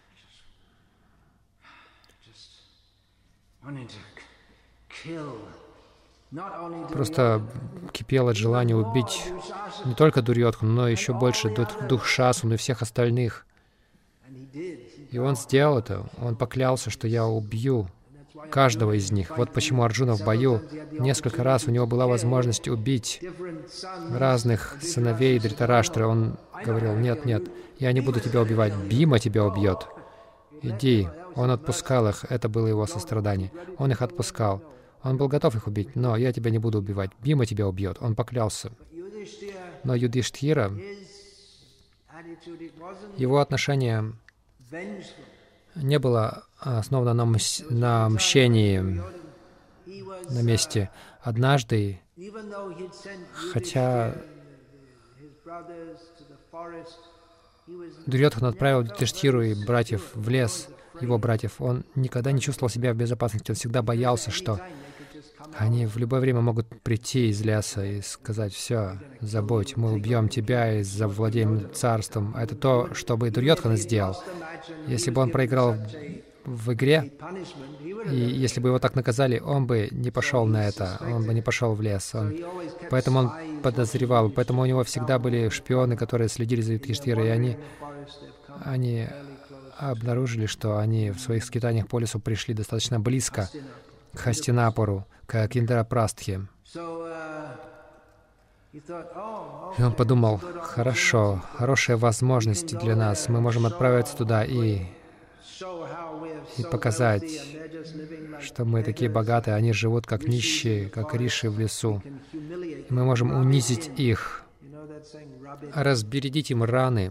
просто кипел от желания убить не только Дурьодхану, но еще больше Духшасуну и всех остальных. И он сделал это. Он поклялся, что я убью каждого из них. Вот почему Арджуна в бою несколько раз у него была возможность убить разных сыновей Дритараштры. Он говорил, нет, я не буду тебя убивать, Бхима тебя убьет. Иди. Он отпускал их, это было его сострадание. Он их отпускал. Он был готов их убить, но я тебя не буду убивать. Бхима тебя убьет. Он поклялся. Но Юдхиштира, его отношение не было основано на мщении, на мести. Однажды, хотя Дурьодхана отправил Юдхиштхиру и братьев в лес, его братьев, он никогда не чувствовал себя в безопасности, он всегда боялся, что они в любое время могут прийти из леса и сказать: «Все, забудь, мы убьем тебя и завладеем царством». Это то, что бы Дурьодхана сделал. Если бы он проиграл в игре, и если бы его так наказали, он бы не пошел на это, он бы не пошел в лес. Поэтому он подозревал, поэтому у него всегда были шпионы, которые следили за Юдхиштхирой, и они обнаружили, что они в своих скитаниях по лесу пришли достаточно близко к Хастинапуру, к Индрапрастхе. И он подумал: хорошо, хорошая возможность для нас, мы можем отправиться туда и показать, что мы такие богатые, они живут как нищие, как риши в лесу. И мы можем унизить их, разбередить им раны.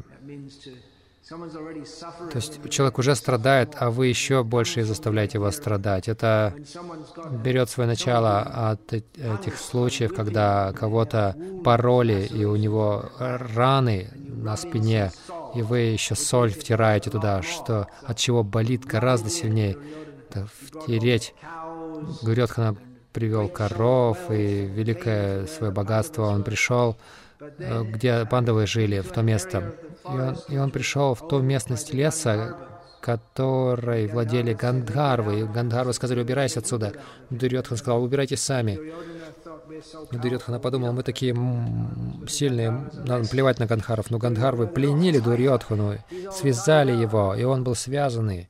То есть человек уже страдает, а вы еще больше заставляете его страдать. Это берет свое начало от этих случаев, когда кого-то пороли, и у него раны на спине, и вы еще соль втираете туда, что от чего болит гораздо сильнее. Это втереть. Дурьодхана привел коров, и великое свое богатство он пришел, где пандавы жили, в то место. И он пришел в ту местность леса, которой владели Гандхарвы. И Гандхарвы сказали: «Убирайся отсюда». Дурьодхан сказал: «Убирайтесь сами». И Дурьодхана подумал: мы такие сильные, надо плевать на Гандхаров. Но Гандхарвы пленили Дурьодхану, связали его, и он был связанный.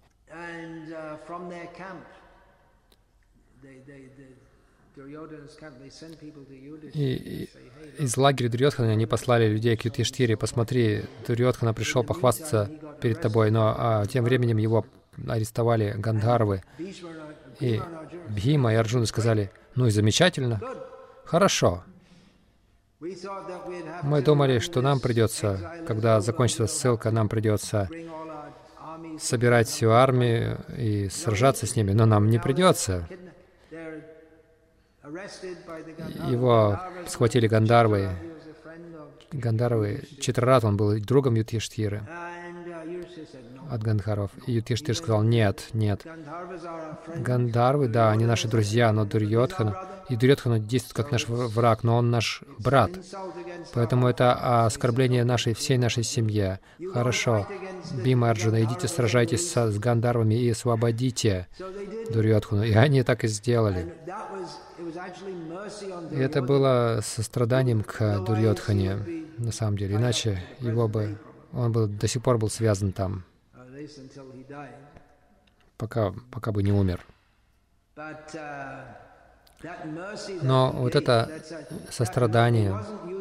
И из лагеря Дурьодхана они послали людей к Юдхиштхире: «Посмотри, Дурьодхана пришел похвастаться перед тобой», но тем временем его арестовали Гандхарвы. И Бхима и Арджуна сказали: «Ну и замечательно, хорошо. Мы думали, что нам придется, когда закончится ссылка, нам придется собирать всю армию и сражаться с ними, но нам не придется». Его схватили Гандхарвы. Читрарат, он был другом Юдхиштхиры от Гандхаров. И Юдхиштхир сказал: «Нет, нет. Гандхарвы, да, они наши друзья, но Дурьодхана... И Дурьодхана действует как наш враг, но он наш брат. Поэтому это оскорбление всей нашей семье. Хорошо, Бхима и Арджуна, идите сражайтесь с Гандхарвами и освободите Дурьодхану». И они так и сделали. И это было состраданием к Дурьодхане, на самом деле. Иначе он до сих пор был связан там, пока бы не умер. Но вот это сострадание,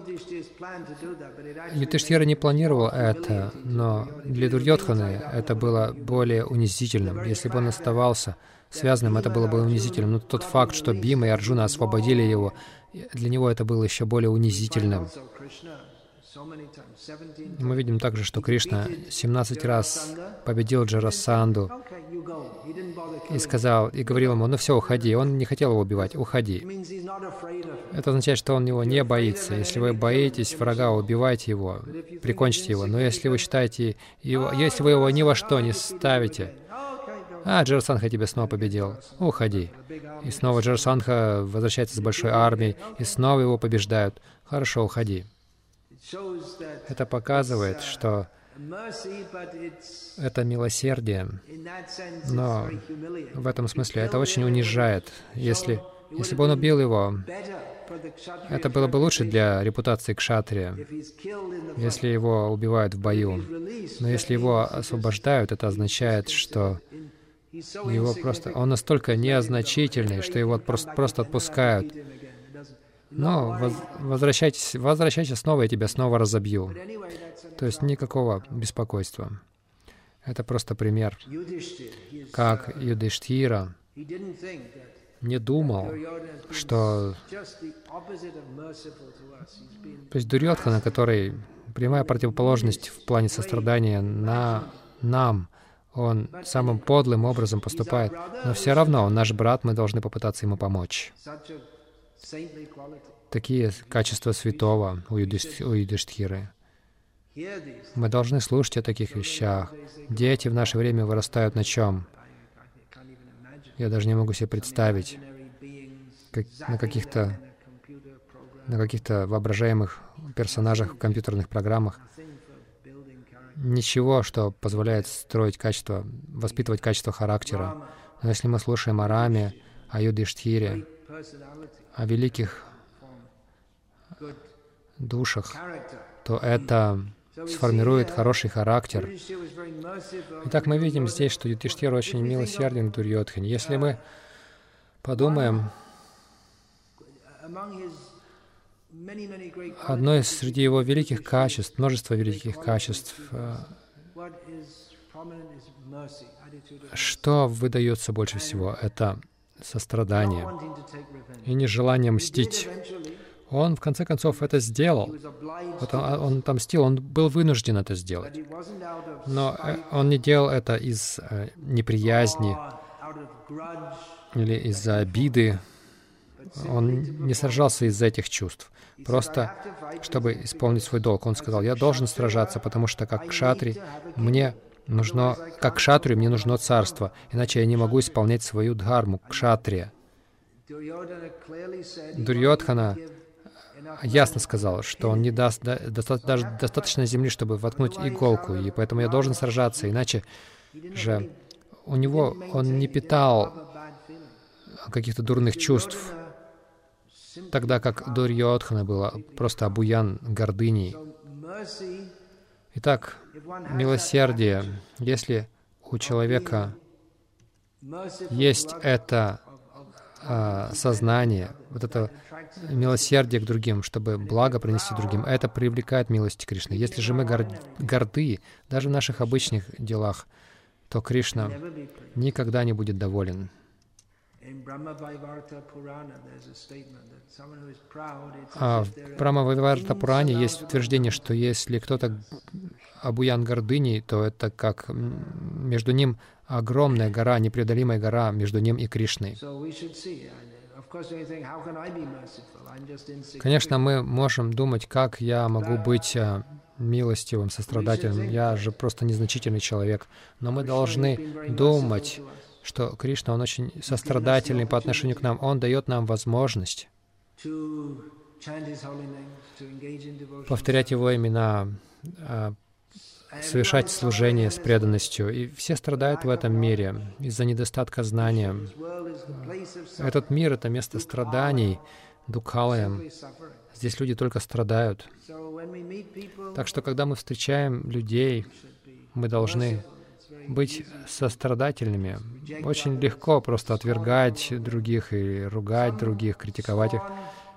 Юдхиштхира не планировал это, но для Дурьодханы это было более унизительным. Если бы он оставался связанным, это было бы унизительным. Но тот факт, что Бхима и Арджуна освободили его, для него это было еще более унизительным. Мы видим также, что Кришна 17 раз победил Джарасанду и говорил ему: «Ну все, уходи». Он не хотел его убивать. «Уходи». Это означает, что он его не боится. Если вы боитесь врага, убивайте его, прикончите его. Но если вы считаете если вы его ни во что не ставите: Джарасандха тебя снова победил, уходи. И снова Джарасандха возвращается с большой армией, и снова его побеждают. Хорошо, уходи. Это показывает, что это милосердие, но в этом смысле это очень унижает. Если бы он убил его, это было бы лучше для репутации кшатрия, если его убивают в бою. Но если его освобождают, это означает, что он настолько незначительный, что его просто отпускают. Но возвращайтесь снова, я тебя снова разобью. То есть никакого беспокойства. Это просто пример, как Юдхиштхира не думал, что... То есть Дурьодхана, который прямая противоположность в плане сострадания нам, он самым подлым образом поступает, но все равно он наш брат, мы должны попытаться ему помочь. Такие качества святого у Юдхиштхиры. Мы должны слушать о таких вещах. Дети в наше время вырастают на чем? Я даже не могу себе представить, на каких-то воображаемых персонажах в компьютерных программах. Ничего, что позволяет строить качество, воспитывать качество характера. Но если мы слушаем о Раме, о Юдхиштхире, о великих душах, то это сформирует хороший характер. Итак, мы видим здесь, что Юдхиштхира очень милосерден к Дурьодхане. Если мы подумаем, одно из среди его великих качеств, множество великих качеств, что выдается больше всего? Это сострадание и нежелание мстить. Он, в конце концов, это сделал. Вот он отомстил, он был вынужден это сделать. Но он не делал это из неприязни или из-за обиды. Он не сражался из-за этих чувств. Просто, чтобы исполнить свой долг. Он сказал, я должен сражаться, потому что как кшатри мне нужно царство, иначе я не могу исполнять свою дхарму, кшатрия. Дурьодхана ясно сказал, что он не даст даже достаточно земли, чтобы воткнуть иголку, и поэтому я должен сражаться, иначе же он не питал каких-то дурных чувств, тогда как Дурьодхана было просто обуян гордыней. Итак, милосердие, если у человека есть это сознание, вот это милосердие к другим, чтобы благо принести другим, это привлекает милость Кришны. Если же мы горды, даже в наших обычных делах, то Кришна никогда не будет доволен. В Брахма-вайварта Пуране есть утверждение, что если кто-то обуян гордыней, то это как между ним огромная гора, непреодолимая гора между ним и Кришной. Конечно, мы можем думать, как я могу быть милостивым, сострадательным. Я же просто незначительный человек. Но мы должны думать, что Кришна, Он очень сострадательный по отношению к нам. Он дает нам возможность повторять Его имена, совершать служение с преданностью. И все страдают в этом мире из-за недостатка знания. Этот мир — это место страданий, дукхалаям. Здесь люди только страдают. Так что, когда мы встречаем людей, мы должны быть сострадательными. Очень легко просто отвергать других и ругать других, критиковать их.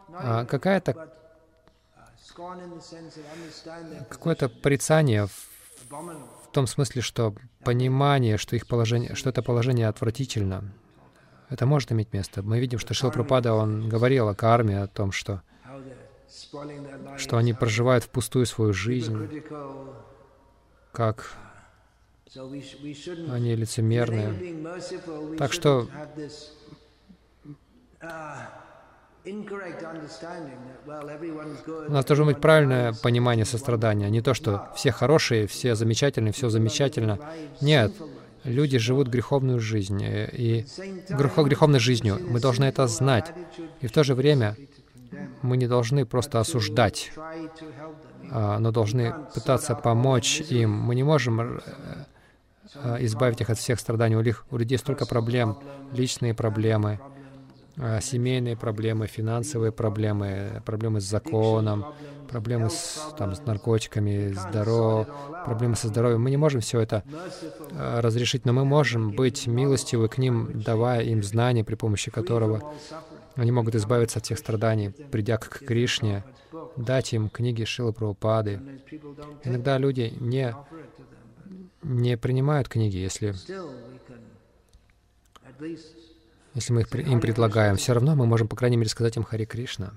Какое-то порицание в том смысле, что понимание, что это положение отвратительно, это может иметь место. Мы видим, что Шрила Прабхупада, он говорил о карме, о том, что они проживают впустую свою жизнь, как они лицемерные. Так что у нас должно быть правильное понимание сострадания. Не то, что все хорошие, все замечательные, все замечательно. Нет. Люди живут греховную жизнь, и греховной жизнью. Мы должны это знать. И в то же время мы не должны просто осуждать, но должны пытаться помочь им. Мы не можем избавить их от всех страданий. У людей столько проблем, личные проблемы, семейные проблемы, финансовые проблемы, проблемы с законом, проблемы с наркотиками, проблемы со здоровьем. Мы не можем все это разрешить, но мы можем быть милостивы к ним, давая им знания, при помощи которого они могут избавиться от всех страданий, придя к Кришне, дать им книги Шрилы Прабхупады. Иногда люди не принимают книги, если мы им предлагаем. Все равно мы можем, по крайней мере, сказать им Харе Кришна.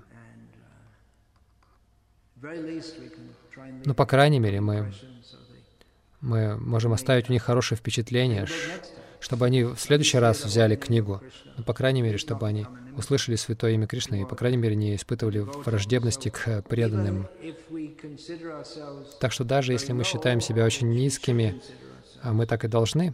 Ну, по крайней мере, мы Мы можем оставить у них хорошее впечатление, чтобы они в следующий раз взяли книгу, ну, по крайней мере, чтобы они услышали святое имя Кришны и, по крайней мере, не испытывали враждебности к преданным. Так что даже если мы считаем себя очень низкими, а мы так и должны,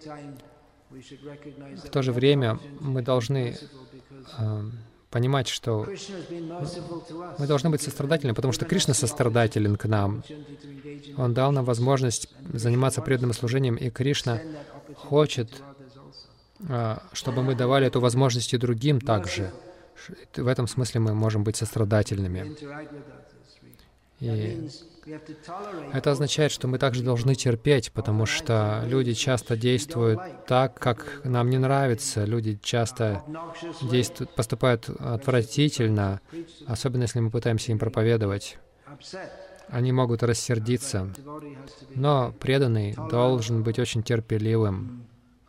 в то же время мы должны понимать, что мы должны быть сострадательны, потому что Кришна сострадателен к нам. Он дал нам возможность заниматься преданным служением, и Кришна хочет, чтобы мы давали эту возможность и другим также. В этом смысле мы можем быть сострадательными. И это означает, что мы также должны терпеть, потому что люди часто действуют так, как нам не нравится. Люди часто поступают отвратительно, особенно если мы пытаемся им проповедовать. Они могут рассердиться. Но преданный должен быть очень терпеливым.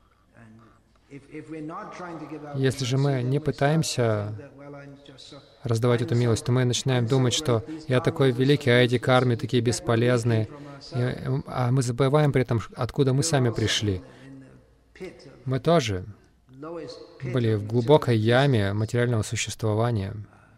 Если же мы не пытаемся раздавать эту милость, то мы начинаем думать, что я такой великий, а эти кармы такие бесполезные. А мы забываем при этом, откуда мы сами пришли. Мы тоже были в глубокой яме материального существования.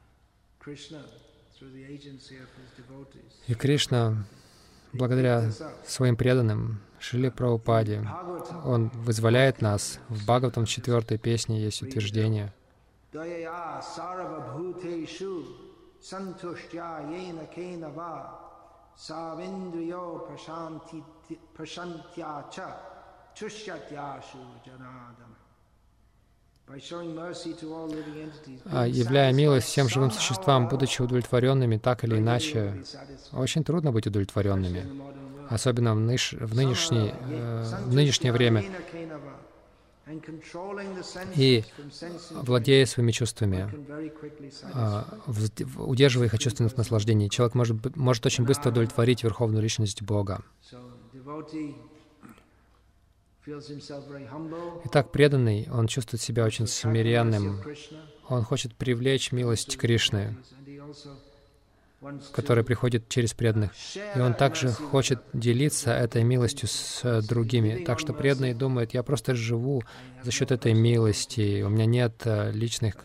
И Кришна, благодаря своим преданным, Шриле Прабхупаде, Он вызволяет нас. В Бхагаватам 4 песне есть утверждение. Являя милость всем живым существам, будучи удовлетворенными так или иначе, очень трудно быть удовлетворенными, особенно в нынешнее время. И, владея своими чувствами, удерживая их от чувственных наслаждений, человек может очень быстро удовлетворить Верховную Личность Бога. Итак, преданный, он чувствует себя очень смиренным. Он хочет привлечь милость Кришны, которая приходит через преданных. И он также хочет делиться этой милостью с другими. Так что преданный думает, я просто живу за счет этой милости, у меня нет личной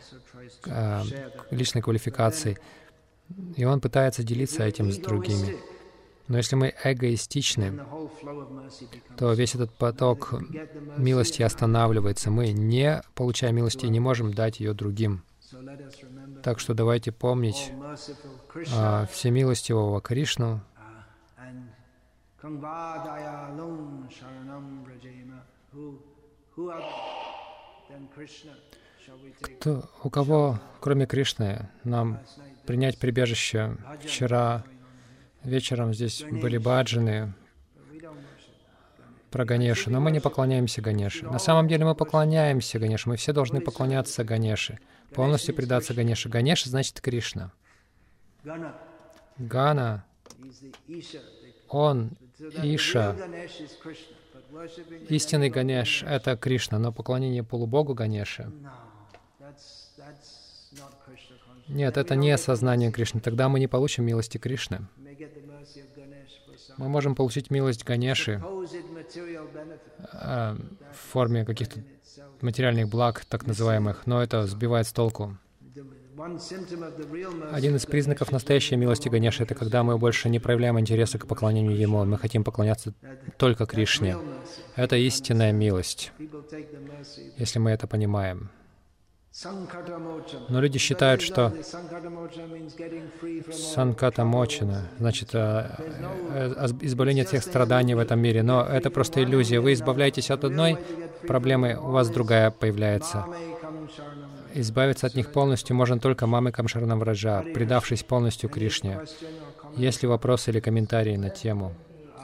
квалификации. И он пытается делиться этим с другими. Но если мы эгоистичны, то весь этот поток милости останавливается. Мы, не получая милости, не можем дать ее другим. Так что давайте помнить всемилостивого Кришну. У кого, кроме Кришны, нам принять прибежище? Вчера вечером здесь были баджаны про Ганешу, но мы не поклоняемся Ганеше. На самом деле мы поклоняемся Ганеше, мы все должны поклоняться Ганеше, полностью предаться Ганеше. Ганеша значит Кришна. Гана, он, Иша. Истинный Ганеш — это Кришна, но поклонение полубогу Ганеше — нет, это не сознание Кришны. Тогда мы не получим милости Кришны. Мы можем получить милость Ганеши в форме каких-то материальных благ, так называемых, но это сбивает с толку. Один из признаков настоящей милости Ганеши — это когда мы больше не проявляем интереса к поклонению Ему, мы хотим поклоняться только Кришне. Это истинная милость, если мы это понимаем. Но люди считают, что санката-мочана, значит, избавление от всех страданий в этом мире. Но это просто иллюзия. Вы избавляетесь от одной проблемы, у вас другая появляется. Избавиться от них полностью можно только Мамикам Шаранам Враджа, предавшись полностью Кришне. Есть ли вопросы или комментарии на тему?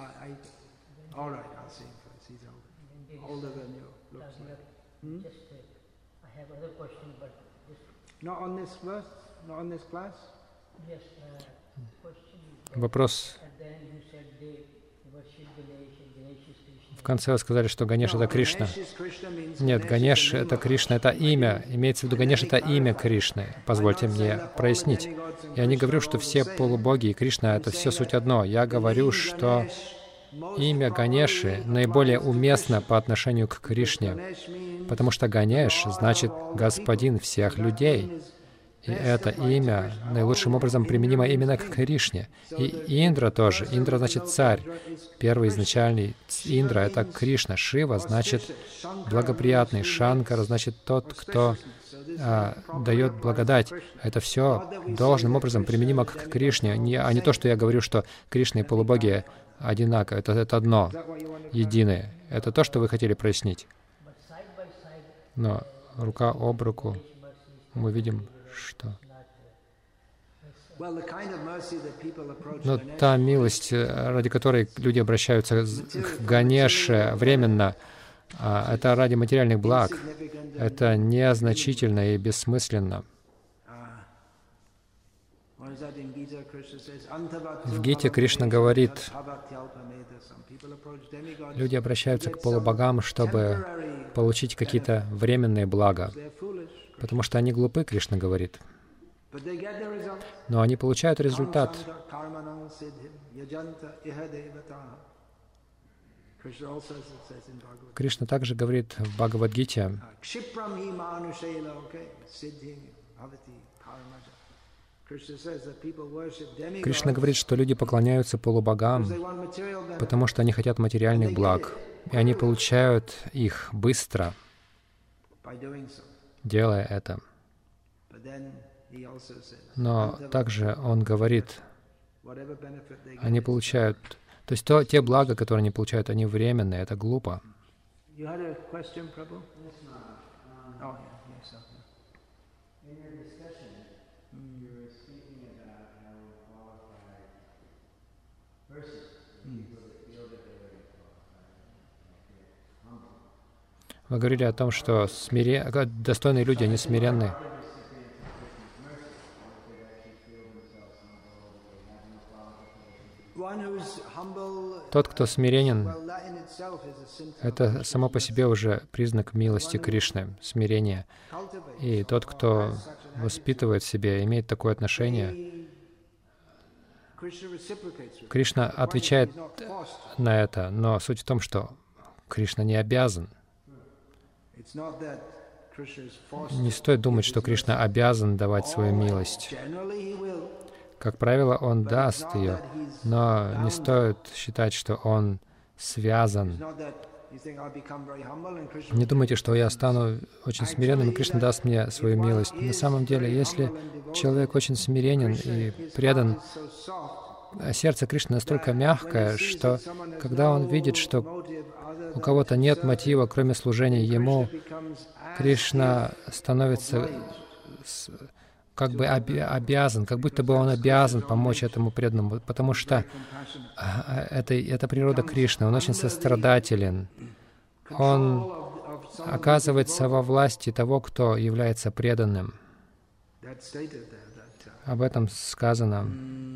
Вопрос. В конце вы сказали, что Ганеш — это Кришна. Нет, Ганеш — это Кришна, это имя. Имеется в виду, Ганеш — это имя Кришны. Позвольте мне прояснить. Я не говорю, что все полубоги и Кришна — это все суть одно. Я говорю, что имя Ганеши наиболее уместно по отношению к Кришне, потому что Ганеш значит «господин всех людей». И это имя наилучшим образом применимо именно к Кришне. И Индра тоже. Индра значит «царь». Первый изначальный Индра — это Кришна. Шива значит «благоприятный». Шанкара значит «тот, кто дает благодать». Это все должным образом применимо к Кришне, а не то, что я говорю, что Кришна и полубоги одинаково. Это одно, единое. Это то, что вы хотели прояснить. Но рука об руку мы видим, что... Но та милость, ради которой люди обращаются к Ганеше временно, это ради материальных благ. Это незначительно и бессмысленно. В Гите Кришна говорит, люди обращаются к полубогам, чтобы получить какие-то временные блага, потому что они глупы, Кришна говорит. Но они получают результат. Кришна также говорит в Бхагавад-гите, Кришна говорит, что люди поклоняются полубогам, потому что они хотят материальных благ, и они получают их быстро, делая это. Но также он говорит, они получают, то есть те блага, которые они получают, они временные, это глупо. Вы говорили о том, что достойные люди, они смиренны. Тот, кто смиренен, это само по себе уже признак милости Кришны, смирения. И тот, кто воспитывает в себе, имеет такое отношение, Кришна отвечает на это, но суть в том, что Кришна не обязан. Не стоит думать, что Кришна обязан давать свою милость. Как правило, Он даст ее, но не стоит считать, что Он связан. Не думайте, что я стану очень смиренным, и Кришна даст мне свою милость. На самом деле, если человек очень смиренен и предан, сердце Кришны настолько мягкое, что когда он видит, что у кого-то нет мотива, кроме служения Ему, Кришна становится как бы обязан, как будто бы он обязан помочь этому преданному, потому что это природа Кришны, он очень сострадателен. Он оказывается во власти того, кто является преданным. Об этом сказано.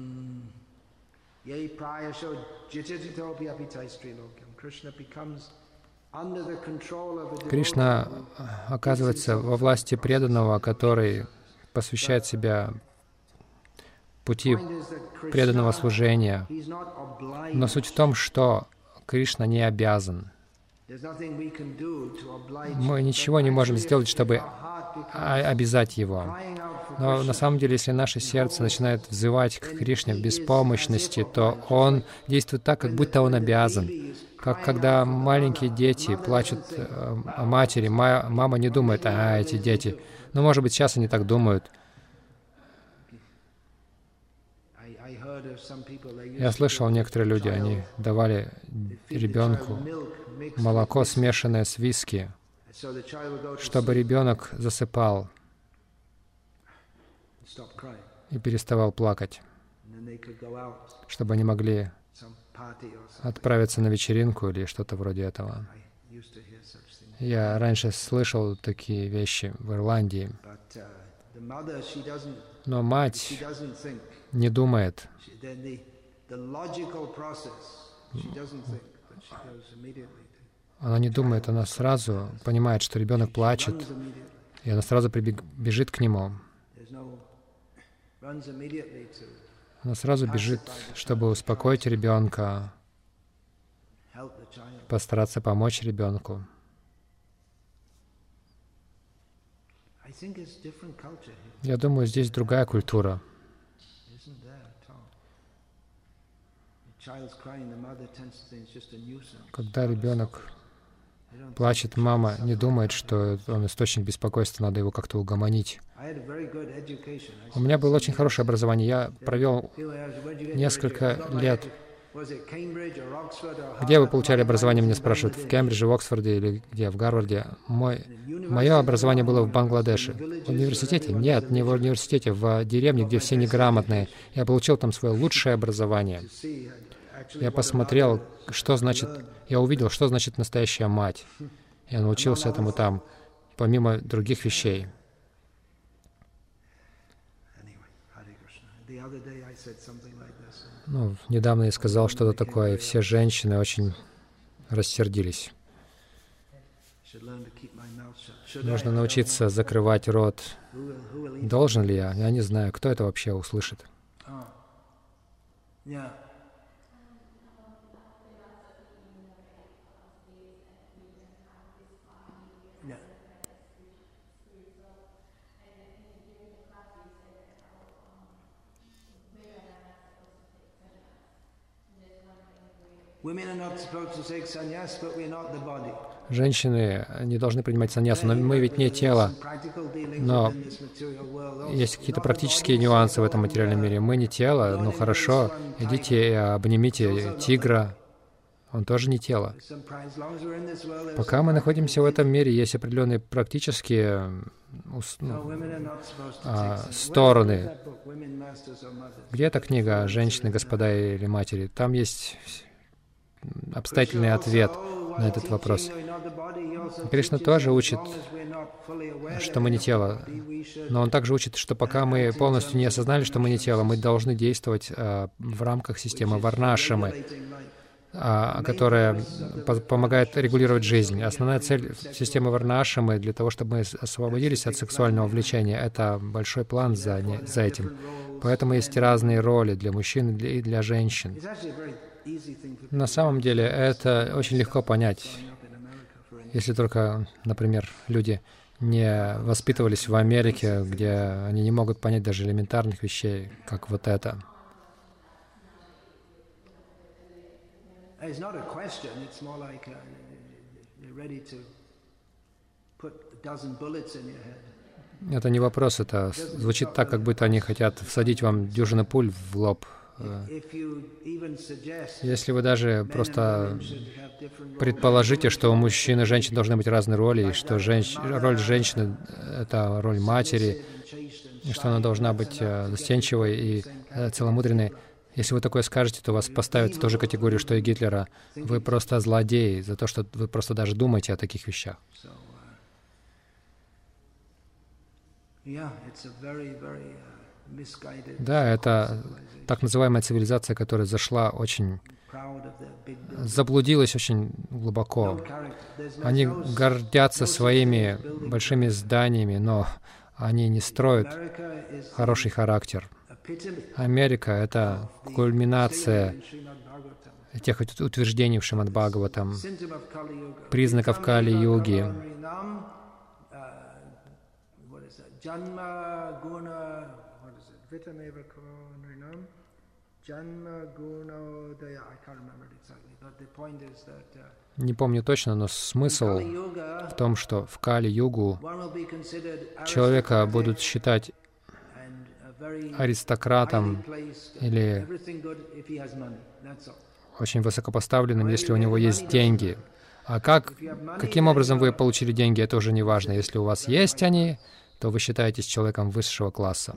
Кришна оказывается во власти преданного, который посвящает себя пути преданного служения. Но суть в том, что Кришна не обязан. Мы ничего не можем сделать, чтобы обязать Его. Но на самом деле, если наше сердце начинает взывать к Кришне в беспомощности, то Он действует так, как будто Он обязан. Как когда маленькие дети плачут о матери, мама не думает, эти дети. Но, может быть, сейчас они так думают. Я слышал, некоторые люди, они давали ребенку молоко, смешанное с виски, чтобы ребенок засыпал и переставал плакать, чтобы они могли отправиться на вечеринку или что-то вроде этого. Я раньше слышал такие вещи в Ирландии. Но мать не думает. Она не думает, она сразу понимает, что ребенок плачет, и она сразу бежит к нему. Она сразу бежит, чтобы успокоить ребенка. постараться помочь ребенку. Я думаю, здесь другая культура. Когда ребенок плачет, мама не думает, что он источник беспокойства, надо его как-то угомонить. У меня было очень хорошее образование. Я провел несколько лет. Где вы получали образование, меня спрашивают, в Кембридже, в Оксфорде или где, в Гарварде. Мое образование было в Бангладеше. В университете? Нет, не в университете, в деревне, где все неграмотные. Я получил там свое лучшее образование. Я посмотрел, что значит, я увидел, что значит настоящая мать. Я научился этому там, помимо других вещей. Недавно я сказал что-то такое, и все женщины очень рассердились. Нужно научиться закрывать рот. Должен ли я? Я не знаю, кто это вообще услышит. Женщины не должны принимать саньясу, но мы ведь не тело. Но есть какие-то практические нюансы в этом материальном мире. Мы не тело, ну хорошо, идите и обнимите тигра. Он тоже не тело. Пока мы находимся в этом мире, есть определенные практические стороны. Где эта книга «Женщины, господа или матери»? Там есть обстоятельный ответ на этот вопрос. Кришна тоже учит, что мы не тело, но он также учит, что пока мы полностью не осознали, что мы не тело, мы должны действовать в рамках системы Варнашрамы, которая помогает регулировать жизнь. Основная цель системы Варнашрамы для того, чтобы мы освободились от сексуального влечения, это большой план за этим. Поэтому есть разные роли для мужчин и для женщин. На самом деле это очень легко понять, если только, например, люди не воспитывались в Америке, где они не могут понять даже элементарных вещей, как вот это. Это не вопрос, это звучит так, как будто они хотят всадить вам дюжину пуль в лоб. Если вы даже просто предположите, что у мужчин и женщин должны быть разные роли, и что роль женщины — это роль матери, и что она должна быть застенчивой и целомудренной, если вы такое скажете, то вас поставят в ту же категорию, что и Гитлера. Вы просто злодеи за то, что вы просто даже думаете о таких вещах. Да, это так называемая цивилизация, которая заблудилась очень глубоко. Они гордятся своими большими зданиями, но они не строят хороший характер. Америка — это кульминация тех утверждений в Шримад Бхагаватам, признаков Кали-юги. Не помню точно, но смысл в том, что в Кали-югу человека будут считать аристократом или очень высокопоставленным, если у него есть деньги. А каким образом вы получили деньги, это уже не важно. Если у вас есть они, то вы считаетесь человеком высшего класса.